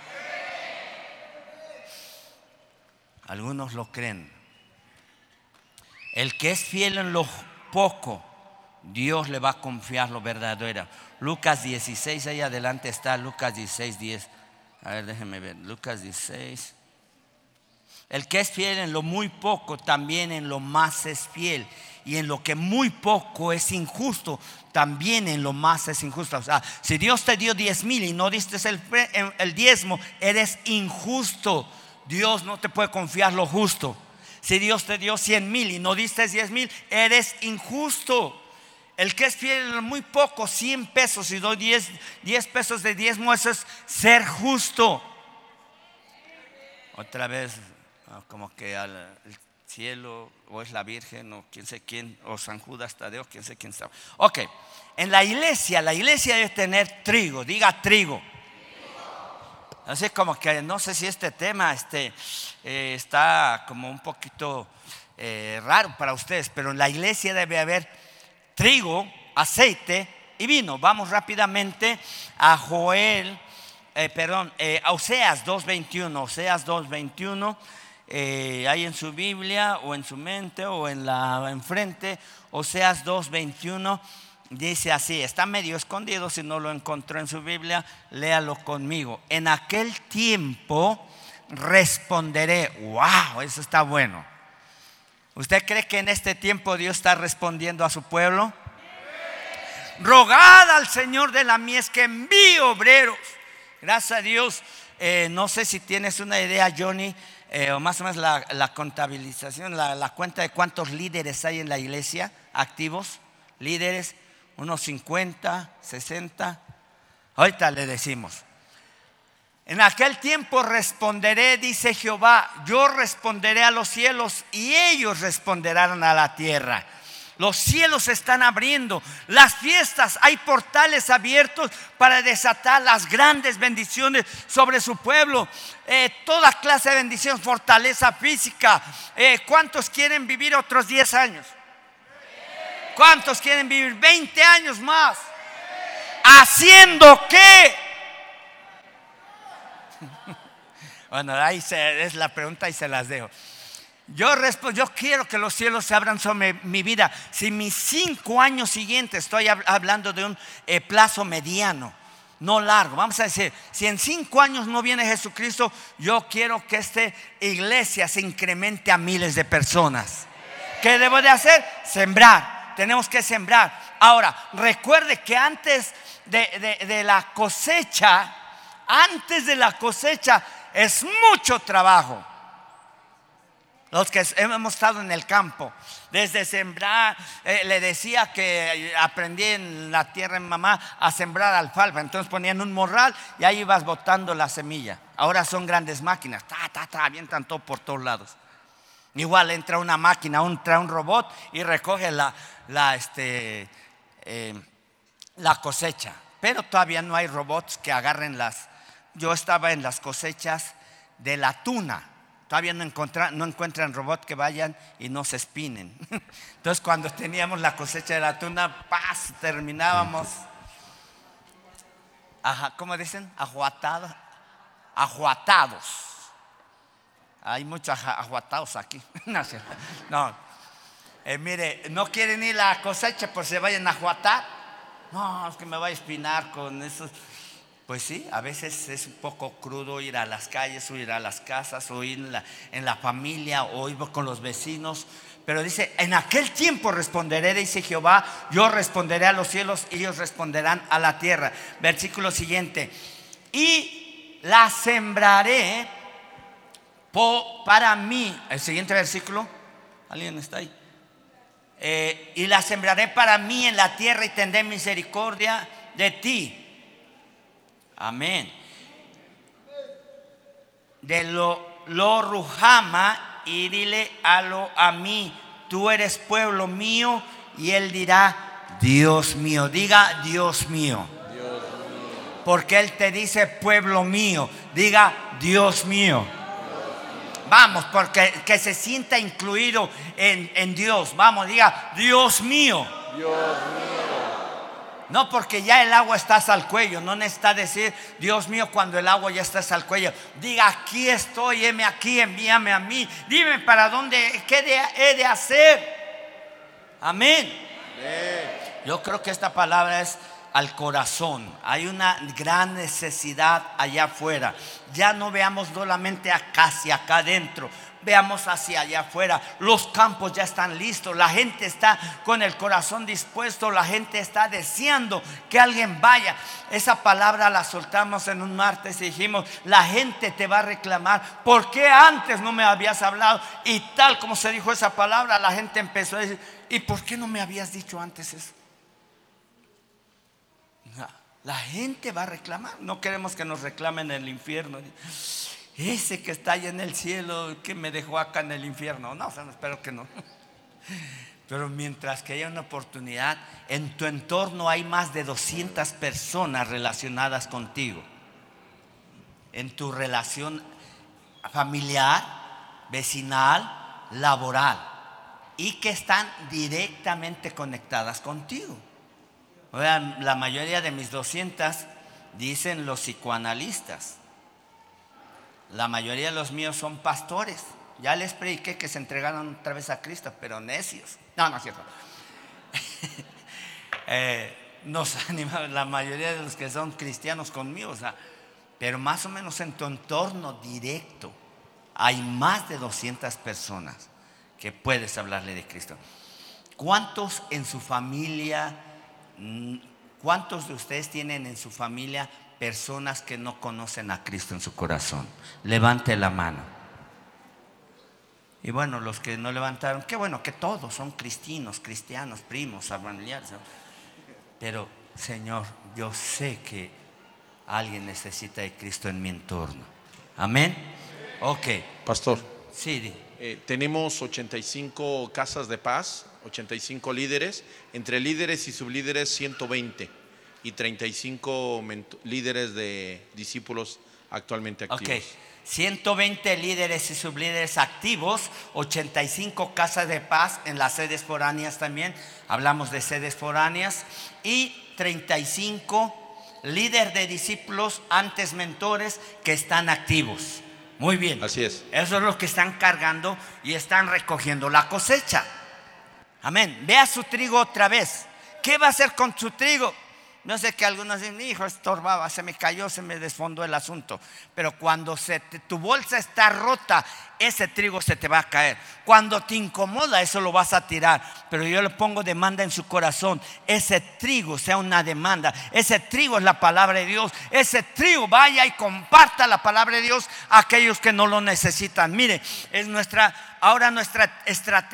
Algunos lo creen. El que es fiel en lo poco, Dios le va a confiar lo verdadero. Lucas 16, ahí adelante está Lucas 16, 10. A ver, déjenme ver, Lucas 16. El que es fiel en lo muy poco, también en lo más es fiel. Y en lo que muy poco es injusto, también en lo más es injusto. O sea, si Dios te dio 10,000 y no diste el diezmo, eres injusto. Dios no te puede confiar lo justo. Si Dios te dio 100,000 y no diste 10,000, eres injusto. El que es fiel en lo muy poco, 100 pesos, y doy 10 pesos de diezmo, eso es ser justo. Otra vez, como que al cielo, o es la Virgen, o quién sé quién, o San Judas Tadeo, quién sé quién está. Ok, en la iglesia debe tener trigo. Diga trigo. Así como que no sé si este tema está como un poquito raro para ustedes, pero en la iglesia debe haber trigo, aceite y vino. Vamos rápidamente a Oseas 2:21. Oseas 2:21. Hay en su Biblia o en su mente o en la enfrente. Oseas 2:21. Dice así, está medio escondido, si no lo encontró en su Biblia, léalo conmigo. En aquel tiempo responderé. Wow, eso está bueno. ¿Usted cree que en este tiempo Dios está respondiendo a su pueblo? Rogad al Señor de la mies que envíe obreros. Gracias a Dios. No sé si tienes una idea, Johnny, o más o menos la contabilización, la cuenta de cuántos líderes hay en la iglesia activos, líderes. Unos 50, 60. Ahorita le decimos. En aquel tiempo responderé, dice Jehová, yo responderé a los cielos y ellos responderán a la tierra. Los cielos se están abriendo, las fiestas, hay portales abiertos para desatar las grandes bendiciones sobre su pueblo. Toda clase de bendición, fortaleza física. ¿Cuántos quieren vivir otros 10 años? ¿Cuántos quieren vivir 20 años más? ¿Haciendo qué? Bueno, ahí es la pregunta y se las dejo. Yo quiero que los cielos se abran sobre mi vida. Si mis 5 años siguientes, estoy hablando de un plazo mediano, no largo. Vamos a decir, si en 5 años no viene Jesucristo, yo quiero que esta iglesia se incremente a miles de personas. ¿Qué debo de hacer? Sembrar. Tenemos que sembrar. Ahora, recuerde que antes de la cosecha, es mucho trabajo. Los que hemos estado en el campo, desde sembrar, le decía que aprendí en la tierra de mamá a sembrar alfalfa. Entonces ponían un morral y ahí ibas botando la semilla. Ahora son grandes máquinas, avientan todo por todos lados. Igual entra una máquina, entra un robot y recoge la cosecha. Pero todavía no hay robots que agarren Yo estaba en las cosechas de la tuna. Todavía no encuentran robots que vayan y no se espinen. Entonces cuando teníamos la cosecha de la tuna, terminábamos, ¿cómo dicen? Ajuatados. Hay muchos ajuatados aquí. No. Mire, no quieren ir a la cosecha pues se vayan a ajuatar. No, es que me va a espinar con eso. Pues sí, a veces es un poco crudo ir a las calles, o ir a las casas, o ir en la familia, o ir con los vecinos. Pero dice, en aquel tiempo responderé, dice Jehová, yo responderé a los cielos y ellos responderán a la tierra. Versículo siguiente. Y la sembraré para mí. El siguiente versículo. ¿Alguien está ahí? Y la sembraré para mí en la tierra y tendré misericordia de ti. Amén. De lo Ruhama y dile a mí, tú eres pueblo mío, y él dirá, Dios mío. Diga, Dios mío. Dios mío. Porque él te dice, pueblo mío. Diga, Dios mío. Vamos, porque que se sienta incluido en Dios. Vamos, diga, Dios mío. Dios mío. No porque ya el agua está hasta el cuello. No necesita decir Dios mío cuando el agua ya está hasta el cuello. Diga, aquí estoy, heme aquí, envíame a mí. Dime para dónde, qué he de hacer. Amén. Yo creo que esta palabra es al corazón. Hay una gran necesidad allá afuera. Ya no veamos solamente hacia acá adentro, veamos hacia allá afuera. Los campos ya están listos, la gente está con el corazón dispuesto, la gente está deseando que alguien vaya. Esa palabra la soltamos en un martes y dijimos, la gente te va a reclamar, ¿por qué antes no me habías hablado? Y tal como se dijo esa palabra, la gente empezó a decir, ¿y por qué no me habías dicho antes eso? La gente va a reclamar. No queremos que nos reclamen en el infierno. Ese que está allá en el cielo, que me dejó acá en el infierno. No, espero que no. Pero mientras que haya una oportunidad, en tu entorno hay más de 200 personas relacionadas contigo. En tu relación familiar, vecinal, laboral, y que están directamente conectadas contigo. Vean, la mayoría de mis 200 dicen los psicoanalistas. La mayoría de los míos son pastores. Ya les prediqué que se entregaron otra vez a Cristo, pero necios. No es cierto. Nos anima la mayoría de los que son cristianos conmigo, pero más o menos en tu entorno directo hay más de 200 personas que puedes hablarle de Cristo. ¿Cuántos en su familia? ¿Cuántos de ustedes tienen en su familia personas que no conocen a Cristo en su corazón? Levante la mano. Y bueno, los que no levantaron, qué bueno que todos son cristianos, primos, familiares. Pero Señor, yo sé que alguien necesita de Cristo en mi entorno. Amén. Ok. Pastor. Sí. Tenemos 85 casas de paz, 85 líderes, entre líderes y sublíderes 120 y 35 líderes de discípulos actualmente activos. Ok, 120 líderes y sublíderes activos, 85 casas de paz en las sedes foráneas también, hablamos de sedes foráneas, y 35 líderes de discípulos, antes mentores, que están activos. Muy bien. Así es. Eso es lo que están cargando y están recogiendo la cosecha. Amén. Vea su trigo otra vez. ¿Qué va a hacer con su trigo? No sé, que algunos dicen, hijo, estorbaba, se me cayó, se me desfondó el asunto. Pero cuando tu bolsa está rota, ese trigo se te va a caer. Cuando te incomoda, eso lo vas a tirar. Pero yo le pongo demanda en su corazón. Ese trigo sea una demanda. Ese trigo es la palabra de Dios. Ese trigo vaya y comparta la palabra de Dios a aquellos que no lo necesitan. Mire, es nuestra estrategia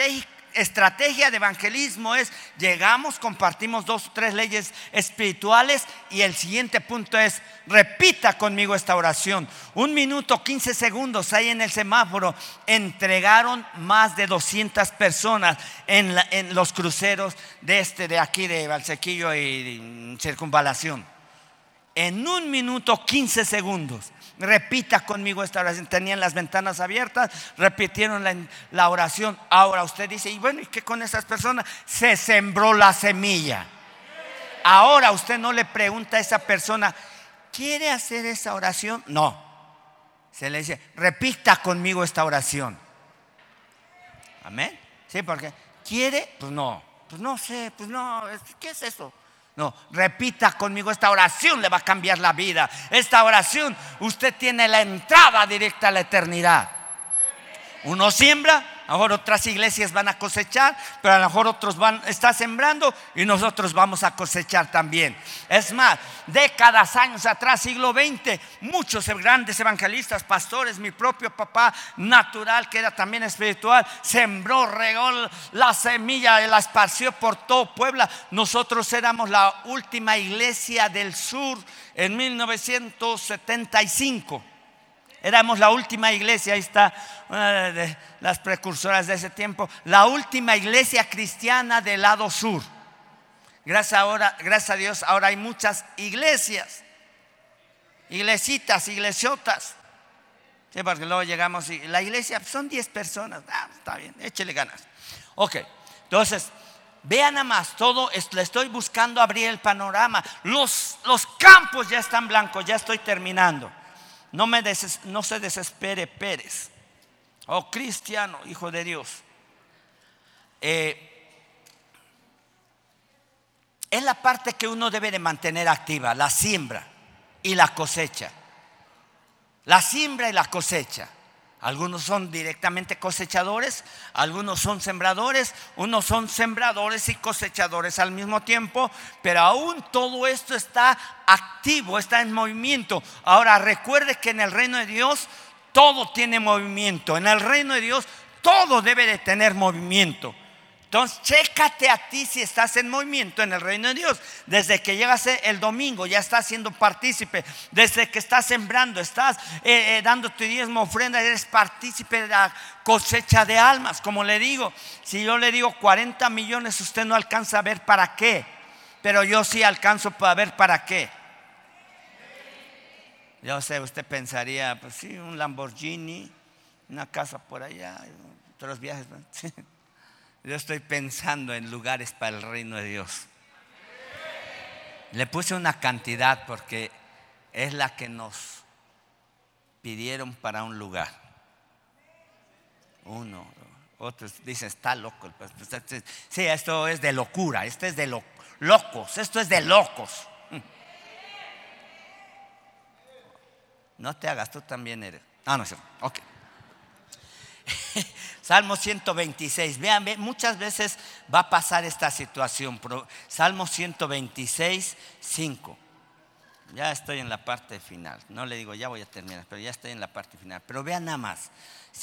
estrategia de evangelismo es: llegamos, compartimos 2 o 3 leyes espirituales, y el siguiente punto es: repita conmigo esta oración. 1 minuto 15 segundos ahí en el semáforo. Entregaron más de 200 personas en los cruceros de aquí de Valsequillo y Circunvalación. En 1 minuto 15 segundos. Repita conmigo esta oración. Tenían las ventanas abiertas, repitieron la oración. Ahora usted dice: y bueno, ¿y qué con esas personas? Se sembró la semilla. Ahora usted no le pregunta a esa persona: ¿quiere hacer esa oración? No. Se le dice: repita conmigo esta oración. Amén. Sí, porque ¿quiere? Pues no sé, pues no, ¿qué es eso? No, repita conmigo esta oración, le va a cambiar la vida. Esta oración, usted tiene la entrada directa a la eternidad. Uno siembra, a lo mejor otras iglesias van a cosechar, pero a lo mejor otros están sembrando y nosotros vamos a cosechar también. Es más, décadas, años atrás, siglo XX, muchos grandes evangelistas, pastores, mi propio papá natural, que era también espiritual, sembró, regó la semilla y la esparció por todo Puebla. Nosotros éramos la última iglesia del sur en 1975. Éramos la última iglesia, ahí está una de las precursoras de ese tiempo, la última iglesia cristiana del lado sur. Gracias a Dios, ahora hay muchas iglesias, iglesitas, iglesiotas. Sí, porque luego llegamos y la iglesia son 10 personas. Está bien, échele ganas. Ok, entonces, vean nada más, todo esto, le estoy buscando abrir el panorama. Los campos ya están blancos, ya estoy terminando. No se desespere Pérez. Oh, cristiano, hijo de Dios. Es la parte que uno debe de mantener activa: la siembra y la cosecha. La siembra y la cosecha. Algunos son directamente cosechadores, algunos son sembradores, unos son sembradores y cosechadores al mismo tiempo, pero aún todo esto está activo, está en movimiento. Ahora recuerde que en el reino de Dios todo tiene movimiento. En el reino de Dios todo debe de tener movimiento. Entonces, chécate a ti si estás en movimiento en el reino de Dios. Desde que llegas el domingo ya estás siendo partícipe. Desde que estás sembrando, estás dando tu diezmo, ofrenda, eres partícipe de la cosecha de almas. Como le digo, si yo le digo 40 millones, usted no alcanza a ver para qué, pero yo sí alcanzo a ver para qué. Yo sé, usted pensaría: pues sí, un Lamborghini, una casa por allá, otros viajes. Yo estoy pensando en lugares para el reino de Dios. Le puse una cantidad porque es la que nos pidieron para un lugar. Uno, otros dicen: está loco. Sí, esto es de locura, esto es de locos, esto es de locos. No te hagas, tú también eres. No sé. Ok. Salmo 126. Vean, muchas veces va a pasar esta situación. Salmo 126, 5. Ya estoy en la parte final. No le digo ya voy a terminar, pero ya estoy en la parte final. Pero vean nada más.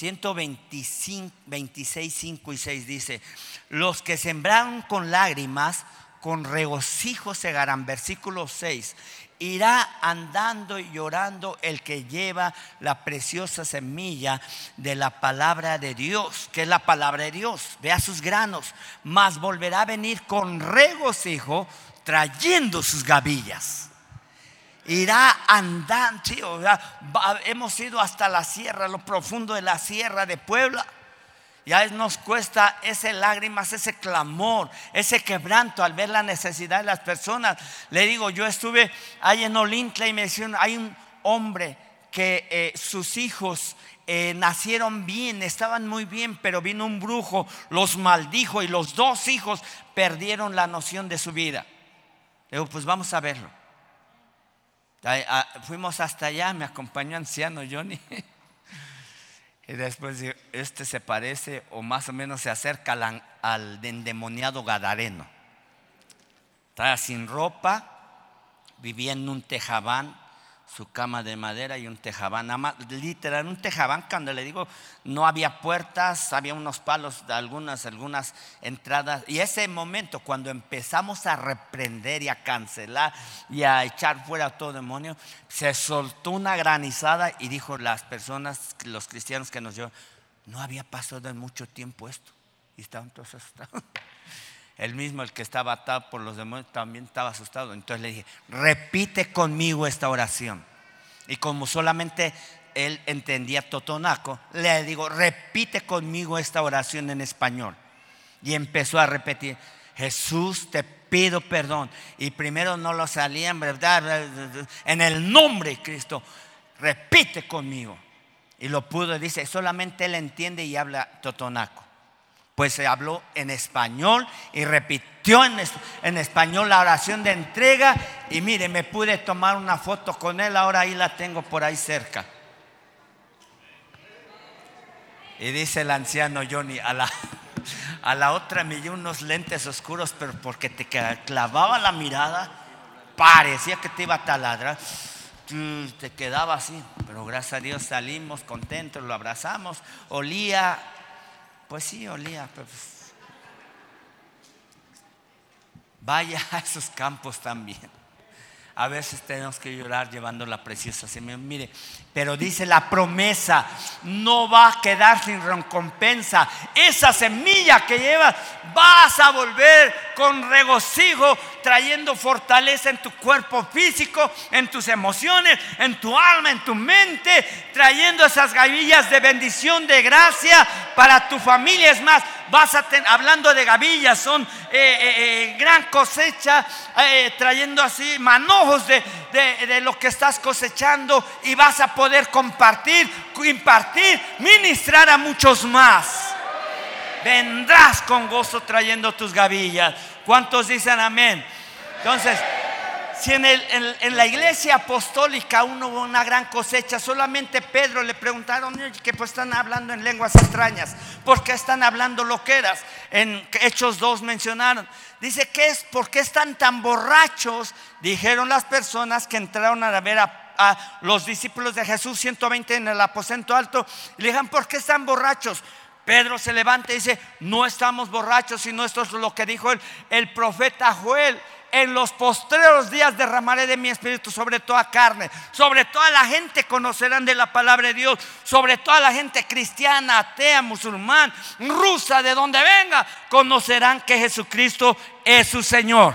126, 5 y 6 dice: los que sembraron con lágrimas, con regocijo segarán. Versículo 6: irá andando y llorando el que lleva la preciosa semilla de la palabra de Dios. ¿Qué es la palabra de Dios? Vea sus granos. Mas volverá a venir con regocijo trayendo sus gavillas. Irá andando. Sí, hemos ido hasta la sierra, lo profundo de la sierra de Puebla. Ya nos cuesta ese lágrimas, ese clamor, ese quebranto al ver la necesidad de las personas. Le digo, yo estuve ahí en Olintla y me decían: hay un hombre que sus hijos nacieron bien, estaban muy bien, pero vino un brujo, los maldijo y los 2 hijos perdieron la noción de su vida. Le digo: pues vamos a verlo. Fuimos hasta allá, me acompañó anciano Johnny. Y después digo: este se parece o más o menos se acerca al endemoniado gadareno. Estaba sin ropa, vivía en un tejabán, su cama de madera y un tejabán, nada más, literal, un tejabán. Cuando le digo, no había puertas, había unos palos, algunas entradas. Y ese momento, cuando empezamos a reprender y a cancelar y a echar fuera a todo demonio, se soltó una granizada y dijo las personas, los cristianos que nos llevan, no había pasado en mucho tiempo esto. Y estaban todos asustados. El mismo, el que estaba atado por los demonios, también estaba asustado. Entonces le dije, repite conmigo esta oración. Y como solamente él entendía totonaco, le digo, repite conmigo esta oración en español. Y empezó a repetir, Jesús, te pido perdón. Y primero no lo salían, ¿verdad? En el nombre de Cristo, repite conmigo. Y lo pudo, dice, solamente él entiende y habla totonaco. Pues se habló en español y repitió en español la oración de entrega. Y mire, me pude tomar una foto con él. Ahora ahí la tengo por ahí cerca. Y dice el anciano Johnny, a la otra me dio unos lentes oscuros, pero porque te clavaba la mirada, parecía que te iba a taladrar. Te quedaba así. Pero gracias a Dios salimos contentos, lo abrazamos. Olía. Pues sí, olía. Pues, vaya a esos campos también. A veces tenemos que llorar llevando la preciosa semilla. Mire, pero dice la promesa, no va a quedar sin recompensa. Esa semilla que llevas, vas a volver con regocijo, trayendo fortaleza en tu cuerpo físico, en tus emociones, en tu alma, en tu mente, trayendo esas gavillas de bendición, de gracia para tu familia. Es más, hablando de gavillas, son gran cosecha, trayendo así manojos de lo que estás cosechando, y vas a poder compartir, impartir, ministrar a muchos más. Vendrás con gozo trayendo tus gavillas. ¿Cuántos dicen amén? Entonces, si en la iglesia apostólica uno hubo una gran cosecha, solamente Pedro le preguntaron que pues están hablando en lenguas extrañas, ¿por qué están hablando loqueras? En Hechos 2 mencionaron, dice, ¿por qué están tan borrachos? Dijeron las personas que entraron a ver a los discípulos de Jesús, 120 en el aposento alto, y le dijeron, ¿por qué están borrachos? Pedro se levanta y dice, no estamos borrachos, sino esto es lo que dijo el profeta Joel: en los postreros días derramaré de mi espíritu sobre toda carne, sobre toda la gente conocerán de la palabra de Dios, sobre toda la gente cristiana, atea, musulmán, rusa, de donde venga, conocerán que Jesucristo es su Señor.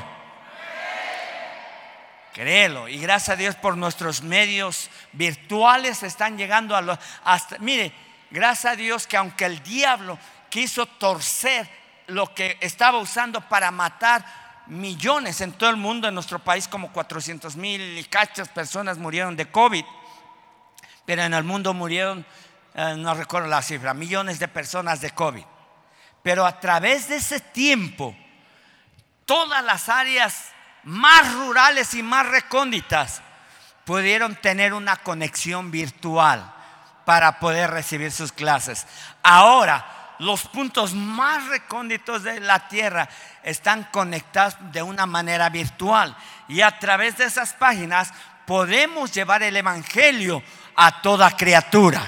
Créelo. Y gracias a Dios por nuestros medios virtuales están llegando mire, gracias a Dios que aunque el diablo quiso torcer lo que estaba usando para matar millones en todo el mundo, en nuestro país como 400,000 y cachas personas murieron de COVID, pero en el mundo murieron, no recuerdo la cifra, millones de personas de COVID. Pero a través de ese tiempo, todas las áreas más rurales y más recónditas pudieron tener una conexión virtual para poder recibir sus clases. Ahora, los puntos más recónditos de la tierra están conectados de una manera virtual, y a través de esas páginas podemos llevar el evangelio a toda criatura.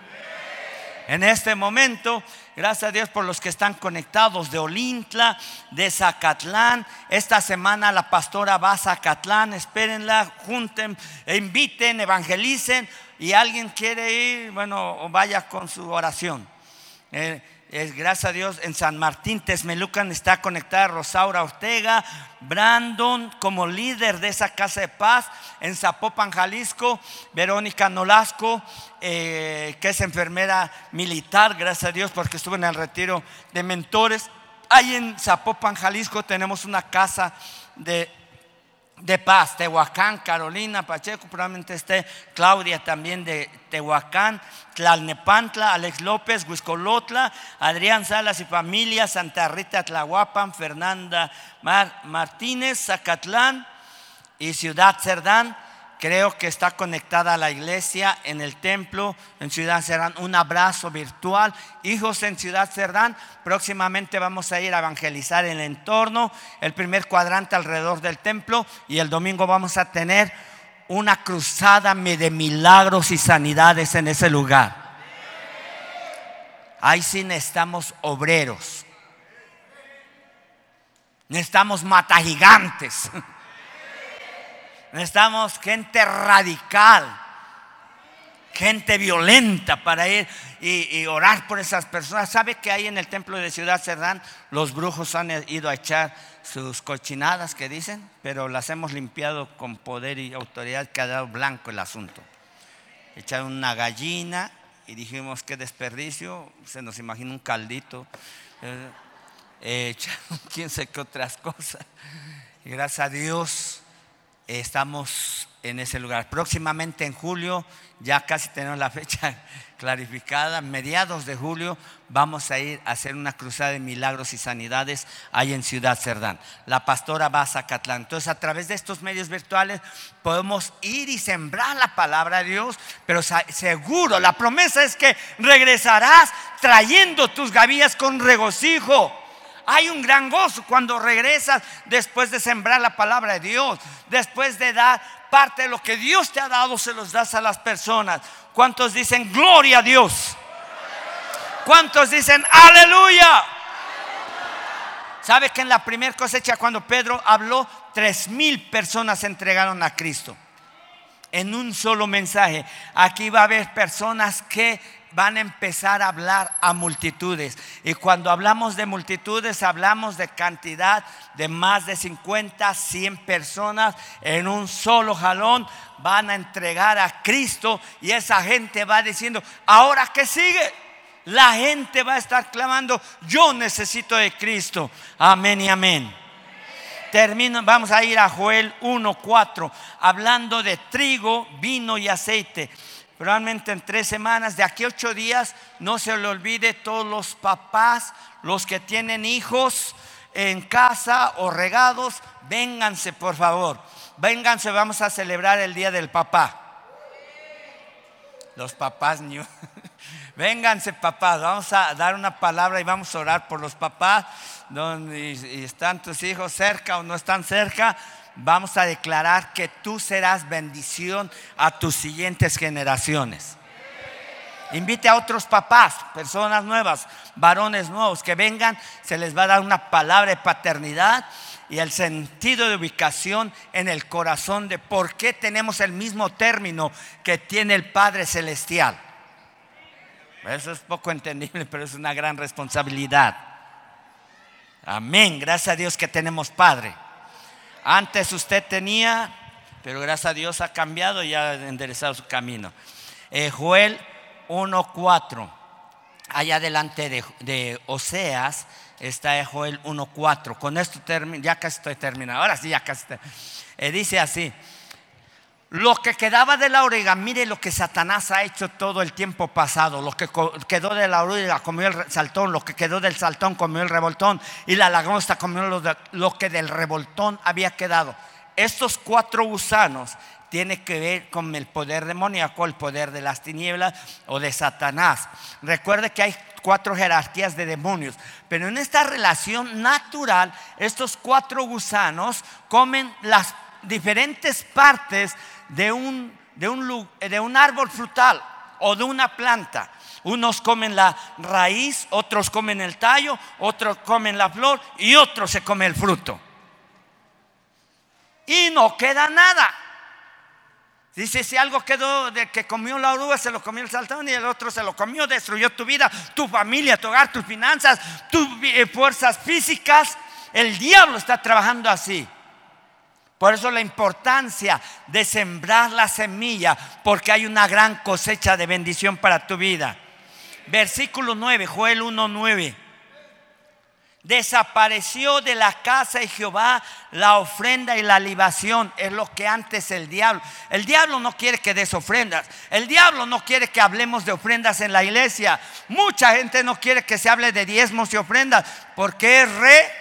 En este momento, gracias a Dios por los que están conectados de Olintla, de Zacatlán. Esta semana la pastora va a Zacatlán, espérenla, junten, inviten, evangelicen. Y alguien quiere ir, bueno, vaya con su oración. Gracias a Dios, en San Martín Texmelucan está conectada Rosaura Ortega, Brandon como líder de esa casa de paz. En Zapopan, Jalisco, Verónica Nolasco, que es enfermera militar, gracias a Dios porque estuvo en el retiro de mentores. Ahí en Zapopan, Jalisco, tenemos una casa de paz. Tehuacán, Carolina Pacheco, probablemente esté Claudia también de Tehuacán, Tlalnepantla, Alex López, Huizcolotla, Adrián Salas y familia, Santa Rita Tlahuapan, Fernanda Martínez, Zacatlán y Ciudad Cerdán. Creo que está conectada a la iglesia en el templo en Ciudad Cerdán. Un abrazo virtual. Hijos en Ciudad Cerdán, próximamente vamos a ir a evangelizar el entorno, el primer cuadrante alrededor del templo, y el domingo vamos a tener una cruzada de milagros y sanidades en ese lugar. Ahí sí necesitamos obreros. Necesitamos matagigantes. Necesitamos gente radical, gente violenta para ir y orar por esas personas. ¿Sabe que ahí en el templo de Ciudad Cerdán los brujos han ido a echar sus cochinadas que dicen? Pero las hemos limpiado con poder y autoridad, que ha dado blanco el asunto. Echaron una gallina y dijimos qué desperdicio, se nos imagina un caldito. Echaron quién sé qué otras cosas. Y gracias a Dios estamos en ese lugar. Próximamente en julio, ya casi tenemos la fecha clarificada, mediados de julio vamos a ir a hacer una cruzada de milagros y sanidades ahí en Ciudad Cerdán. La pastora va a Zacatlán. Entonces, a través de estos medios virtuales podemos ir y sembrar la palabra de Dios, pero seguro, la promesa es que regresarás trayendo tus gavillas con regocijo. Hay un gran gozo cuando regresas después de sembrar la palabra de Dios, después de dar parte de lo que Dios te ha dado, se los das a las personas. ¿Cuántos dicen gloria a Dios? ¿Cuántos dicen aleluya? ¿Sabe que en la primera cosecha, cuando Pedro habló, 3,000 personas se entregaron a Cristo en un solo mensaje? Aquí va a haber personas que van a empezar a hablar a multitudes. Y cuando hablamos de multitudes, hablamos de cantidad de más de 50, 100 personas en un solo jalón. Van a entregar a Cristo y esa gente va diciendo, ¿ahora qué sigue? La gente va a estar clamando, yo necesito de Cristo. Amén y amén. Vamos a ir a Joel 1:4, hablando de trigo, vino y aceite. Probablemente en 3 semanas, de aquí a 8 días, no se le olvide, todos los papás, los que tienen hijos en casa o regados, vénganse por favor, vénganse, vamos a celebrar el día del papá. Los papás, vénganse papás, vamos a dar una palabra y vamos a orar por los papás. Y están tus hijos cerca o no están cerca, vamos a declarar que tú serás bendición a tus siguientes generaciones. Invite a otros papás, personas nuevas, varones nuevos que vengan, se les va a dar una palabra de paternidad y el sentido de ubicación en el corazón de por qué tenemos el mismo término que tiene el Padre Celestial. Eso es poco entendible, pero es una gran responsabilidad. Amén, gracias a Dios que tenemos Padre. Antes usted tenía, pero gracias a Dios ha cambiado y ha enderezado su camino. Joel 1:4, allá delante de Oseas está Joel 1:4. Con esto ya casi estoy terminando. Ahora sí, ya casi dice así: lo que quedaba de la oruga, mire lo que Satanás ha hecho todo el tiempo pasado. Lo que quedó de la oruga comió el saltón, lo que quedó del saltón comió el revoltón, y la langosta comió lo que del revoltón había quedado. Estos 4 gusanos tienen que ver con el poder demoníaco, el poder de las tinieblas o de Satanás. Recuerde que hay 4 jerarquías de demonios, pero en esta relación natural, estos 4 gusanos comen las diferentes partes de un árbol frutal o de una planta. Unos comen la raíz, otros comen el tallo, otros comen la flor y otros se come el fruto. Y no queda nada. Dice, si algo quedó de que comió la oruga, se lo comió el saltón, y el otro se lo comió, destruyó tu vida, tu familia, tu hogar, tus finanzas, tus fuerzas físicas. El diablo está trabajando así. Por eso la importancia de sembrar la semilla, porque hay una gran cosecha de bendición para tu vida. Versículo 9, Joel 1:9. Desapareció de la casa de Jehová la ofrenda y la libación. Es lo que antes el diablo no quiere que des ofrendas. El diablo no quiere que hablemos de ofrendas en la iglesia. Mucha gente no quiere que se hable de diezmos y ofrendas, porque es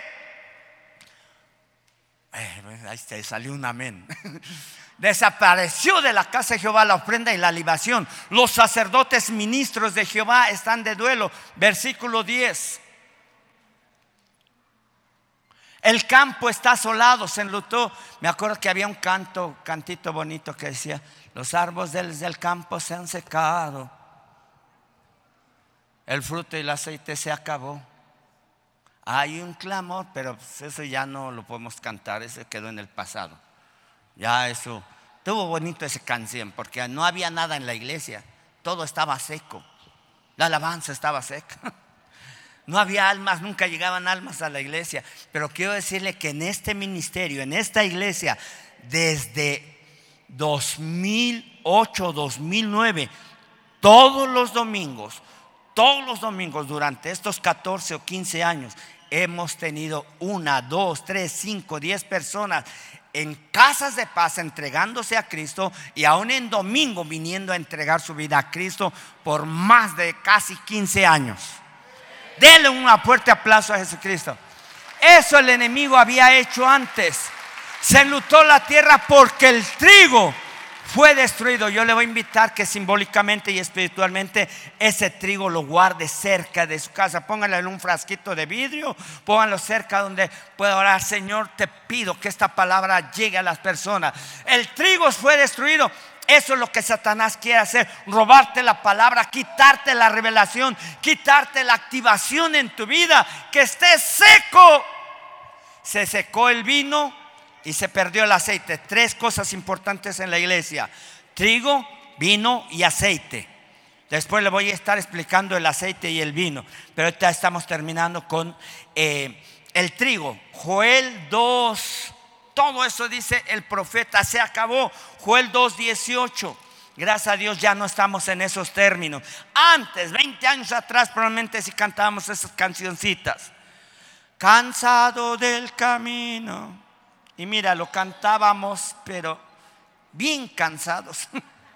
ahí te salió un amén. Desapareció de la casa de Jehová la ofrenda y la libación. Los sacerdotes ministros de Jehová están de duelo. Versículo 10. El campo está asolado, se enlutó. Me acuerdo que había un cantito bonito que decía: los árboles del campo se han secado, el fruto y el aceite se acabó. Hay un clamor, pero eso ya no lo podemos cantar, eso quedó en el pasado. Ya eso, estuvo bonito esa canción, porque no había nada en la iglesia, todo estaba seco, la alabanza estaba seca. No había almas, nunca llegaban almas a la iglesia. Pero quiero decirle que en este ministerio, en esta iglesia, desde 2008, 2009, todos los domingos durante estos 14 o 15 años, hemos tenido 1, 2, 3, 5, 10 personas en casas de paz entregándose a Cristo, y aún en domingo viniendo a entregar su vida a Cristo por más de casi 15 años. Denle un fuerte aplauso a Jesucristo. Eso el enemigo había hecho antes. Se enlutó la tierra porque el trigo fue destruido. Yo le voy a invitar que simbólicamente y espiritualmente ese trigo lo guarde cerca de su casa. Póngale en un frasquito de vidrio, pónganlo cerca donde pueda orar: Señor, te pido que esta palabra llegue a las personas. El trigo fue destruido. Eso es lo que Satanás quiere hacer: robarte la palabra, quitarte la revelación, quitarte la activación en tu vida, que esté seco. Se secó el vino y se perdió el aceite. 3 cosas importantes en la iglesia: trigo, vino y aceite. Después le voy a estar explicando el aceite y el vino, pero ahorita estamos terminando con el trigo. Joel 2, todo eso dice el profeta, se acabó. Joel 2:18. Gracias a Dios ya no estamos en esos términos. Antes, 20 años atrás, probablemente si cantábamos esas cancioncitas: cansado del camino. Y mira, lo cantábamos, pero bien cansados.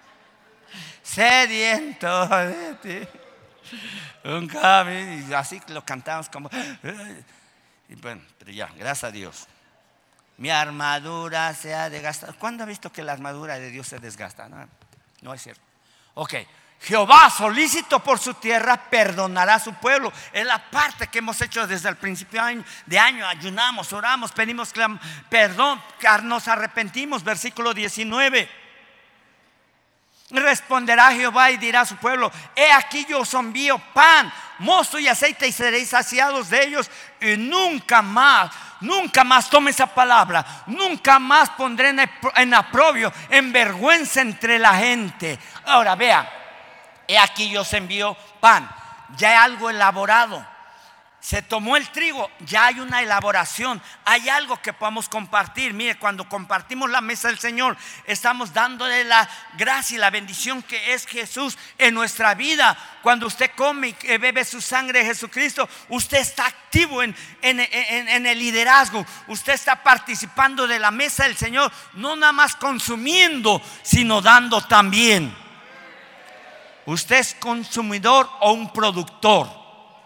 Sediento de ti, un camino. Y así lo cantábamos como. Y bueno, pero ya, gracias a Dios. Mi armadura se ha desgastado. ¿Cuándo ha visto que la armadura de Dios se desgasta? No es cierto. Ok. Jehová, solícito por su tierra, perdonará a su pueblo. Es la parte que hemos hecho desde el principio de año. Ayunamos, oramos, pedimos perdón, nos arrepentimos. Versículo 19. Responderá Jehová y dirá a su pueblo: he aquí yo os envío pan, mosto y aceite, y seréis saciados de ellos, y nunca más, tome esa palabra, nunca más pondré en aprobio, en vergüenza entre la gente. Ahora vea: he aquí yo os envío pan. Ya hay algo elaborado. Se tomó el trigo, ya hay una elaboración, hay algo que podemos compartir. Mire, cuando compartimos la mesa del Señor, estamos dándole la gracia y la bendición que es Jesús en nuestra vida. Cuando usted come y bebe su sangre de Jesucristo, usted está activo en el liderazgo. Usted está participando de la mesa del Señor, no nada más consumiendo, sino dando también. ¿Usted es consumidor o un productor?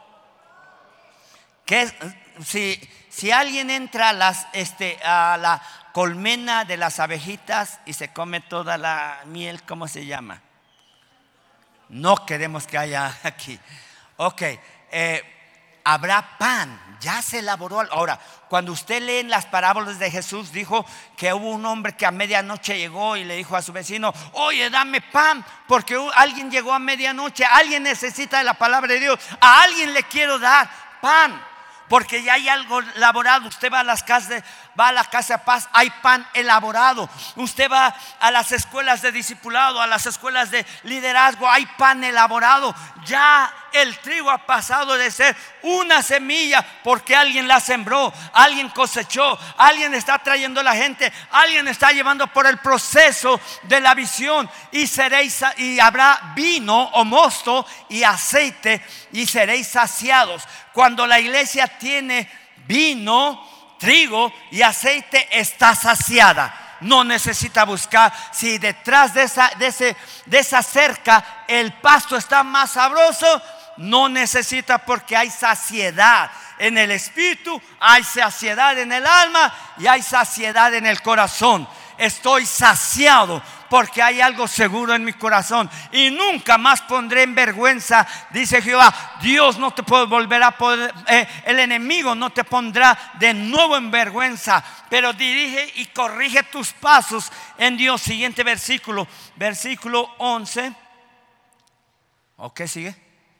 Si alguien entra a la colmena de las abejitas y se come toda la miel, ¿cómo se llama? No queremos que haya aquí. Ok, habrá pan, ya se elaboró. Ahora, cuando usted lee en las parábolas de Jesús, dijo que hubo un hombre que a medianoche llegó y le dijo a su vecino: oye, dame pan, porque alguien llegó a medianoche, alguien necesita de la palabra de Dios, a alguien le quiero dar pan, porque ya hay algo elaborado. Usted va a la casa de paz, hay pan elaborado. Usted va a las escuelas de discipulado, a las escuelas de liderazgo, hay pan elaborado. Ya el trigo ha pasado de ser una semilla, porque alguien la sembró, alguien cosechó, alguien está trayendo a la gente, alguien está llevando por el proceso de la visión. Y habrá vino o mosto y aceite, y seréis saciados. Cuando la iglesia tiene vino, trigo y aceite, está saciada. No necesita buscar si detrás de esa cerca el pasto está más sabroso. No necesita, porque hay saciedad en el espíritu, hay saciedad en el alma y hay saciedad en el corazón. estoy saciado porque hay algo seguro en mi corazón y nunca más pondré en vergüenza, dice Jehová. Dios no te puede volver a poder, el enemigo no te pondrá de nuevo en vergüenza, pero dirige y corrige tus pasos en Dios. Siguiente versículo, versículo 11. ¿O qué sigue?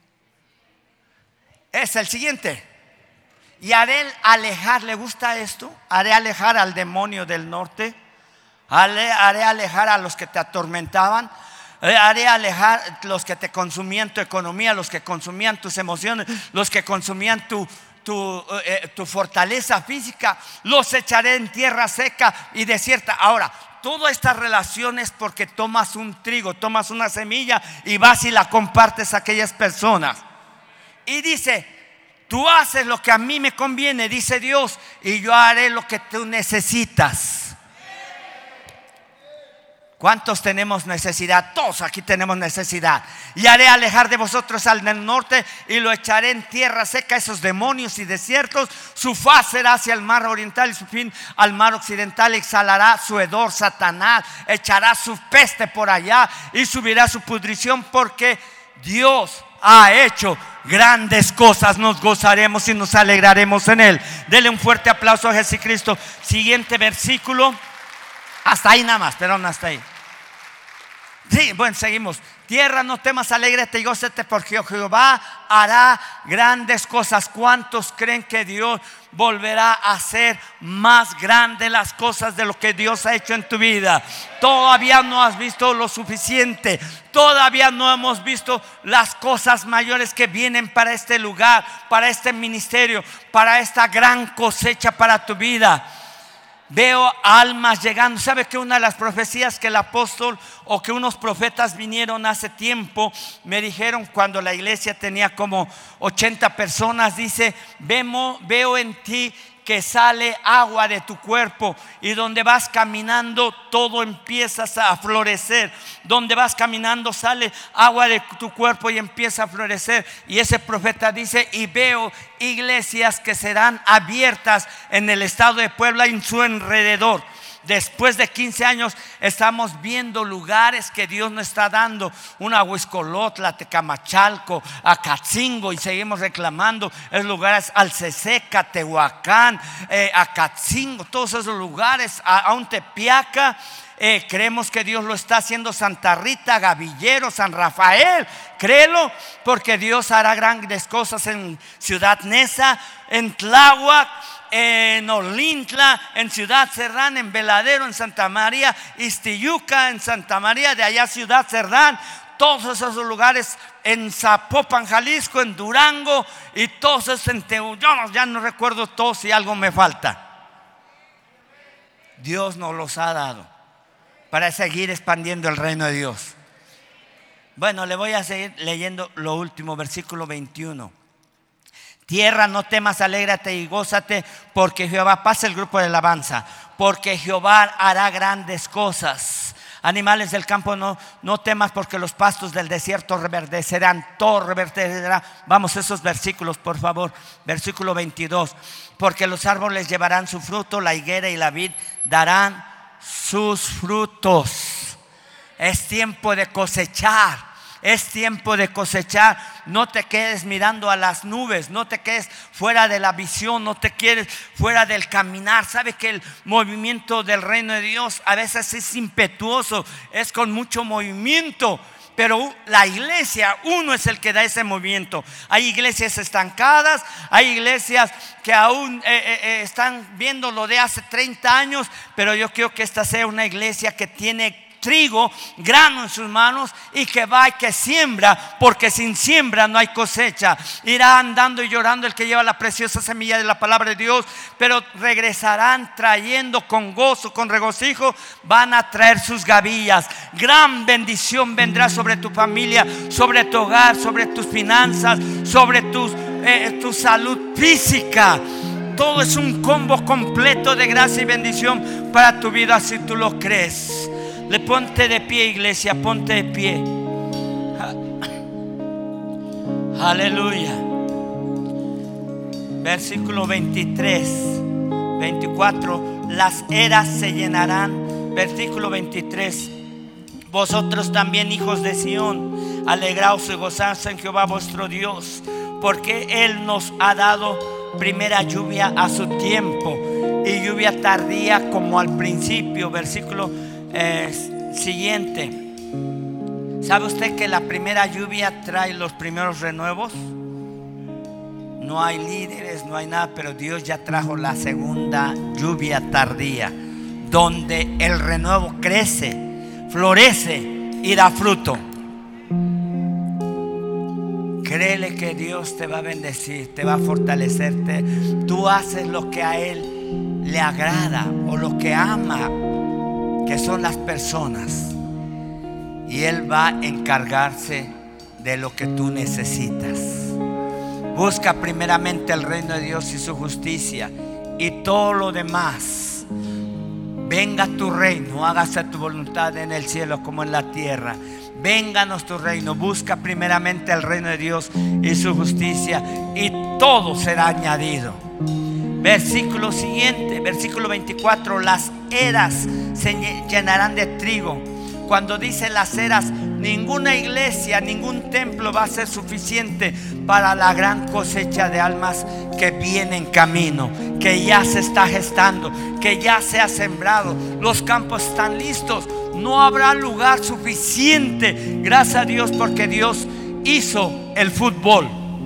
Es el siguiente. Y haré alejar, ¿le gusta esto? Haré alejar al demonio del norte. Haré alejar a los que te atormentaban. Haré alejar los que te consumían tu economía, los que consumían tus emociones, los que consumían tu fortaleza física. Los echaré en tierra seca y desierta. Ahora, toda esta relación es porque tomas un trigo, tomas una semilla y vas y la compartes a aquellas personas. Y dice: tú haces lo que a mí me conviene, dice Dios, y yo haré lo que tú necesitas. ¿Cuántos tenemos necesidad? Todos aquí tenemos necesidad. Y haré alejar de vosotros al del norte y lo echaré en tierra seca, esos demonios y desiertos. Su faz será hacia el mar oriental y su fin al mar occidental. Exhalará su hedor Satanás, echará su peste por allá y subirá su pudrición, porque Dios ha hecho grandes cosas. Nos gozaremos y nos alegraremos en él. Dele un fuerte aplauso a Jesucristo. Siguiente versículo. Hasta ahí nada más, perdón, hasta ahí. Sí, bueno, seguimos. Tierra, no temas, alégrate y gózate, porque Jehová hará grandes cosas. ¿Cuántos creen que Dios volverá a hacer más grandes las cosas de lo que Dios ha hecho en tu vida? Todavía no has visto lo suficiente. Todavía no hemos visto las cosas mayores que vienen para este lugar, para este ministerio, para esta gran cosecha para tu vida. Veo almas llegando. ¿Sabe que una de las profecías que el apóstol o que unos profetas vinieron hace tiempo me dijeron cuando la iglesia tenía como 80 personas? Dice: veo en ti que sale agua de tu cuerpo, y donde vas caminando todo empiezas a florecer. Donde vas caminando sale agua de tu cuerpo y empieza a florecer. Y ese profeta dice: y veo iglesias que serán abiertas en el estado de Puebla y en su alrededor. Después de 15 años estamos viendo lugares que Dios nos está dando. Una Huixcolotla, Tecamachalco, Acatzingo, y seguimos reclamando esos lugares. Alceseca, Tehuacán, Acatzingo, todos esos lugares, aún Tepiaca. Creemos que Dios lo está haciendo. Santa Rita, Gavillero, San Rafael, créelo, porque Dios hará grandes cosas en Ciudad Neza, en Tláhuac, en Olintla, en Ciudad Cerdán, en Veladero, en Santa María Ixtiyuca, en Santa María de allá Ciudad Cerdán, todos esos lugares, en Zapopan, Jalisco, en Durango, y todos esos en Tehuacán. Ya no recuerdo todos, si algo me falta. Dios nos los ha dado para seguir expandiendo el reino de Dios. Bueno, le voy a seguir leyendo lo último, versículo 21. Tierra, no temas, alégrate y gózate, porque Jehová, pasa el grupo de alabanza, porque Jehová hará grandes cosas. Animales del campo, no temas, porque los pastos del desierto reverdecerán, todo reverdecerá. Vamos, esos versículos, por favor. Versículo 22. Porque los árboles llevarán su fruto, la higuera y la vid darán sus frutos. Es tiempo de cosechar. Es tiempo de cosechar. No te quedes mirando a las nubes, no te quedes fuera de la visión, no te quedes fuera del caminar. Sabe que el movimiento del reino de Dios a veces es impetuoso, es con mucho movimiento, pero la iglesia, uno es el que da ese movimiento. Hay iglesias estancadas, hay iglesias que aún están viendo lo de hace 30 años, pero yo quiero que esta sea una iglesia que tiene trigo, grano en sus manos, y que va y que siembra, porque sin siembra no hay cosecha. Irá andando y llorando el que lleva la preciosa semilla de la palabra de Dios, pero regresarán trayendo con gozo, con regocijo, van a traer sus gavillas. Gran bendición vendrá sobre tu familia, sobre tu hogar, sobre tus finanzas, sobre tu salud física. Todo es un combo completo de gracia y bendición para tu vida, si tú lo crees. Le ponte de pie, iglesia, ponte de pie. Aleluya. Versículo 23, 24. Las eras se llenarán Versículo 23. Vosotros también, hijos de Sión, alegraos y gozaos en Jehová vuestro Dios, porque Él nos ha dado primera lluvia a su tiempo y lluvia tardía como al principio. Versículo siguiente. ¿Sabe usted que la primera lluvia trae los primeros renuevos? No hay líderes, no hay nada, pero Dios ya trajo la segunda lluvia tardía, donde el renuevo crece, florece y da fruto. Créele que Dios te va a bendecir, te va a fortalecerte. Tú haces lo que a Él le agrada o lo que ama, que son las personas, y Él va a encargarse de lo que tú necesitas. Busca primeramente el reino de Dios y su justicia, y todo lo demás. Venga tu reino, hágase tu voluntad en el cielo como en la tierra. Vénganos tu reino. Busca primeramente el reino de Dios y su justicia, y todo será añadido. Versículo siguiente, versículo 24. Las eras se llenarán de trigo. Cuando dice las eras, ninguna iglesia, ningún templo va a ser suficiente para la gran cosecha de almas que viene en camino, que ya se está gestando, que ya se ha sembrado. Los campos están listos. No habrá lugar suficiente. Gracias a Dios, porque Dios hizo el fútbol.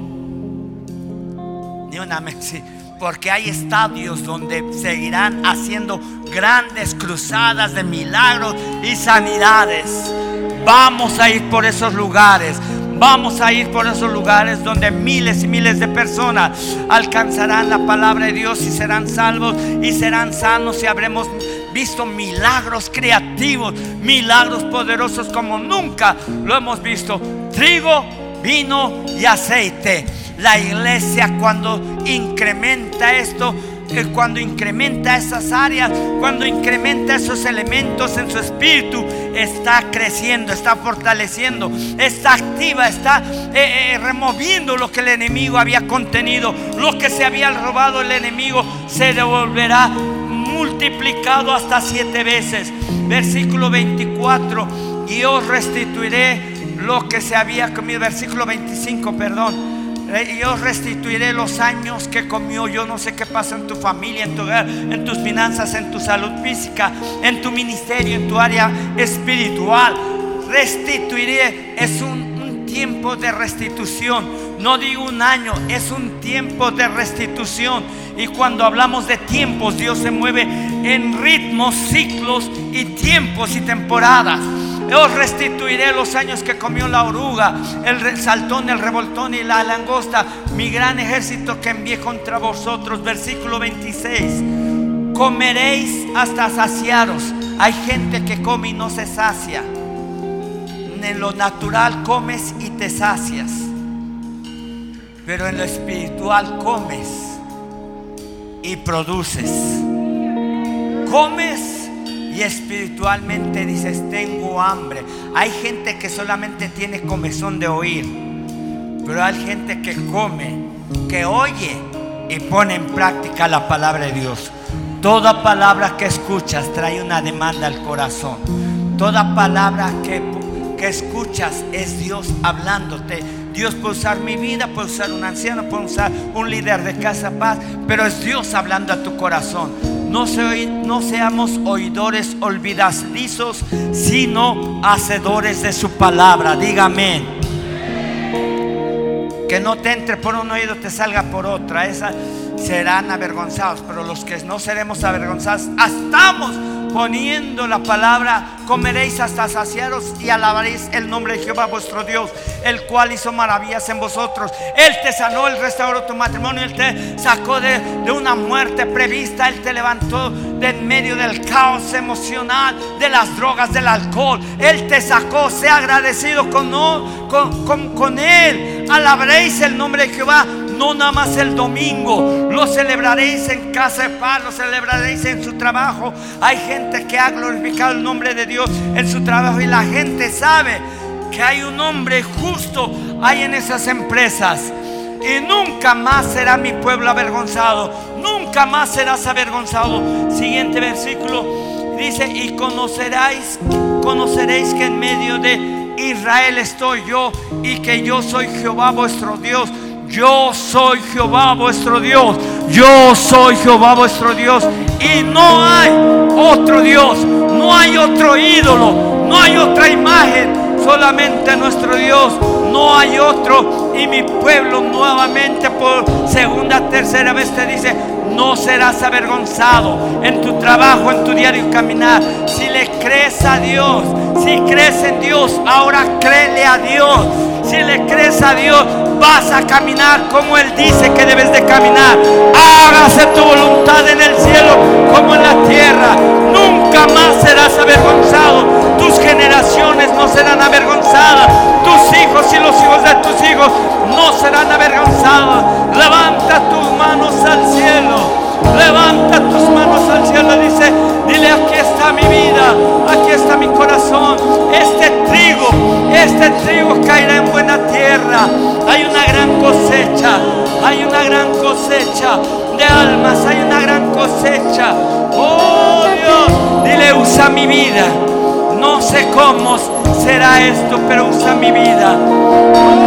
Ni una sí. Porque hay estadios donde seguirán haciendo grandes cruzadas de milagros y sanidades. Vamos a ir por esos lugares. Vamos a ir por esos lugares donde miles y miles de personas alcanzarán la palabra de Dios y serán salvos y serán sanos, y habremos visto milagros creativos, milagros poderosos como nunca lo hemos visto. Trigo, vino y aceite. La iglesia, cuando incrementa esto, cuando incrementa esas áreas, cuando incrementa esos elementos en su espíritu, está creciendo, está fortaleciendo, está activa, está removiendo lo que el enemigo había contenido. Lo que se había robado el enemigo se devolverá multiplicado hasta 7 veces. Versículo 24. Y os restituiré lo que se había comido. Versículo 25, perdón. Y os restituiré los años que comió. Yo no sé qué pasa en tu familia, en tu hogar, en tus finanzas, en tu salud física, en tu ministerio, en tu área espiritual. Restituiré. Es un tiempo de restitución. No digo un año, es un tiempo de restitución. Y cuando hablamos de tiempos, Dios se mueve en ritmos, ciclos y tiempos y temporadas. Os restituiré los años que comió la oruga, el saltón, el revoltón y la langosta, mi gran ejército que envié contra vosotros. Versículo 26. Comeréis hasta saciaros. Hay gente que come y no se sacia. En lo natural comes y te sacias, pero en lo espiritual comes y produces. Comes y espiritualmente dices: tengo hambre. Hay gente que solamente tiene comezón de oír, pero hay gente que come, que oye y pone en práctica la palabra de Dios. Toda palabra que escuchas trae una demanda al corazón. Toda palabra que escuchas es Dios hablándote. Dios puede usar mi vida, puede usar un anciano, puede usar un líder de Casa Paz, pero es Dios hablando a tu corazón. No seamos oidores olvidadizos, sino hacedores de su palabra. Dígame. Que no te entre por un oído, te salga por otra. Esa serán avergonzados, pero los que no seremos avergonzados, estamos poniendo la palabra. Comeréis hasta saciaros y alabaréis el nombre de Jehová vuestro Dios, el cual hizo maravillas en vosotros. Él te sanó, Él restauró tu matrimonio, Él te sacó de una muerte prevista, Él te levantó de en medio del caos emocional, de las drogas, del alcohol. Él te sacó. Sea agradecido con Él. Alabaréis el nombre de Jehová. No nada más el domingo, lo celebraréis en Casa de Paz, lo celebraréis en su trabajo. Hay gente que ha glorificado el nombre de Dios en su trabajo, y la gente sabe que hay un hombre justo ahí en esas empresas. Y nunca más será mi pueblo avergonzado. Nunca más serás avergonzado. Siguiente versículo. Dice, y conoceréis que en medio de Israel estoy yo, y que yo soy Jehová vuestro Dios. Yo soy Jehová vuestro Dios. Yo soy Jehová vuestro Dios. Y no hay otro Dios, no hay otro ídolo, no hay otra imagen, solamente nuestro Dios, no hay otro. Y mi pueblo nuevamente por segunda, tercera vez te dice, no serás avergonzado en tu trabajo, en tu diario caminar. Si le crees a Dios, si crees en Dios, ahora créele a Dios. Si le crees a Dios, vas a caminar como Él dice que debes de caminar. Hágase tu voluntad en el cielo como en la tierra. Nunca más serás avergonzado. Tus generaciones no serán avergonzadas. Tus hijos y los hijos de tus hijos no serán avergonzados. Levanta tus manos al cielo. Levanta tus manos al cielo. Dile, aquí está mi vida, aquí está mi corazón. Este trigo caerá en buena tierra. Hay una gran cosecha, hay una gran cosecha de almas, hay una gran cosecha. Oh Dios, dile, usa mi vida. No sé cómo será esto, pero usa mi vida.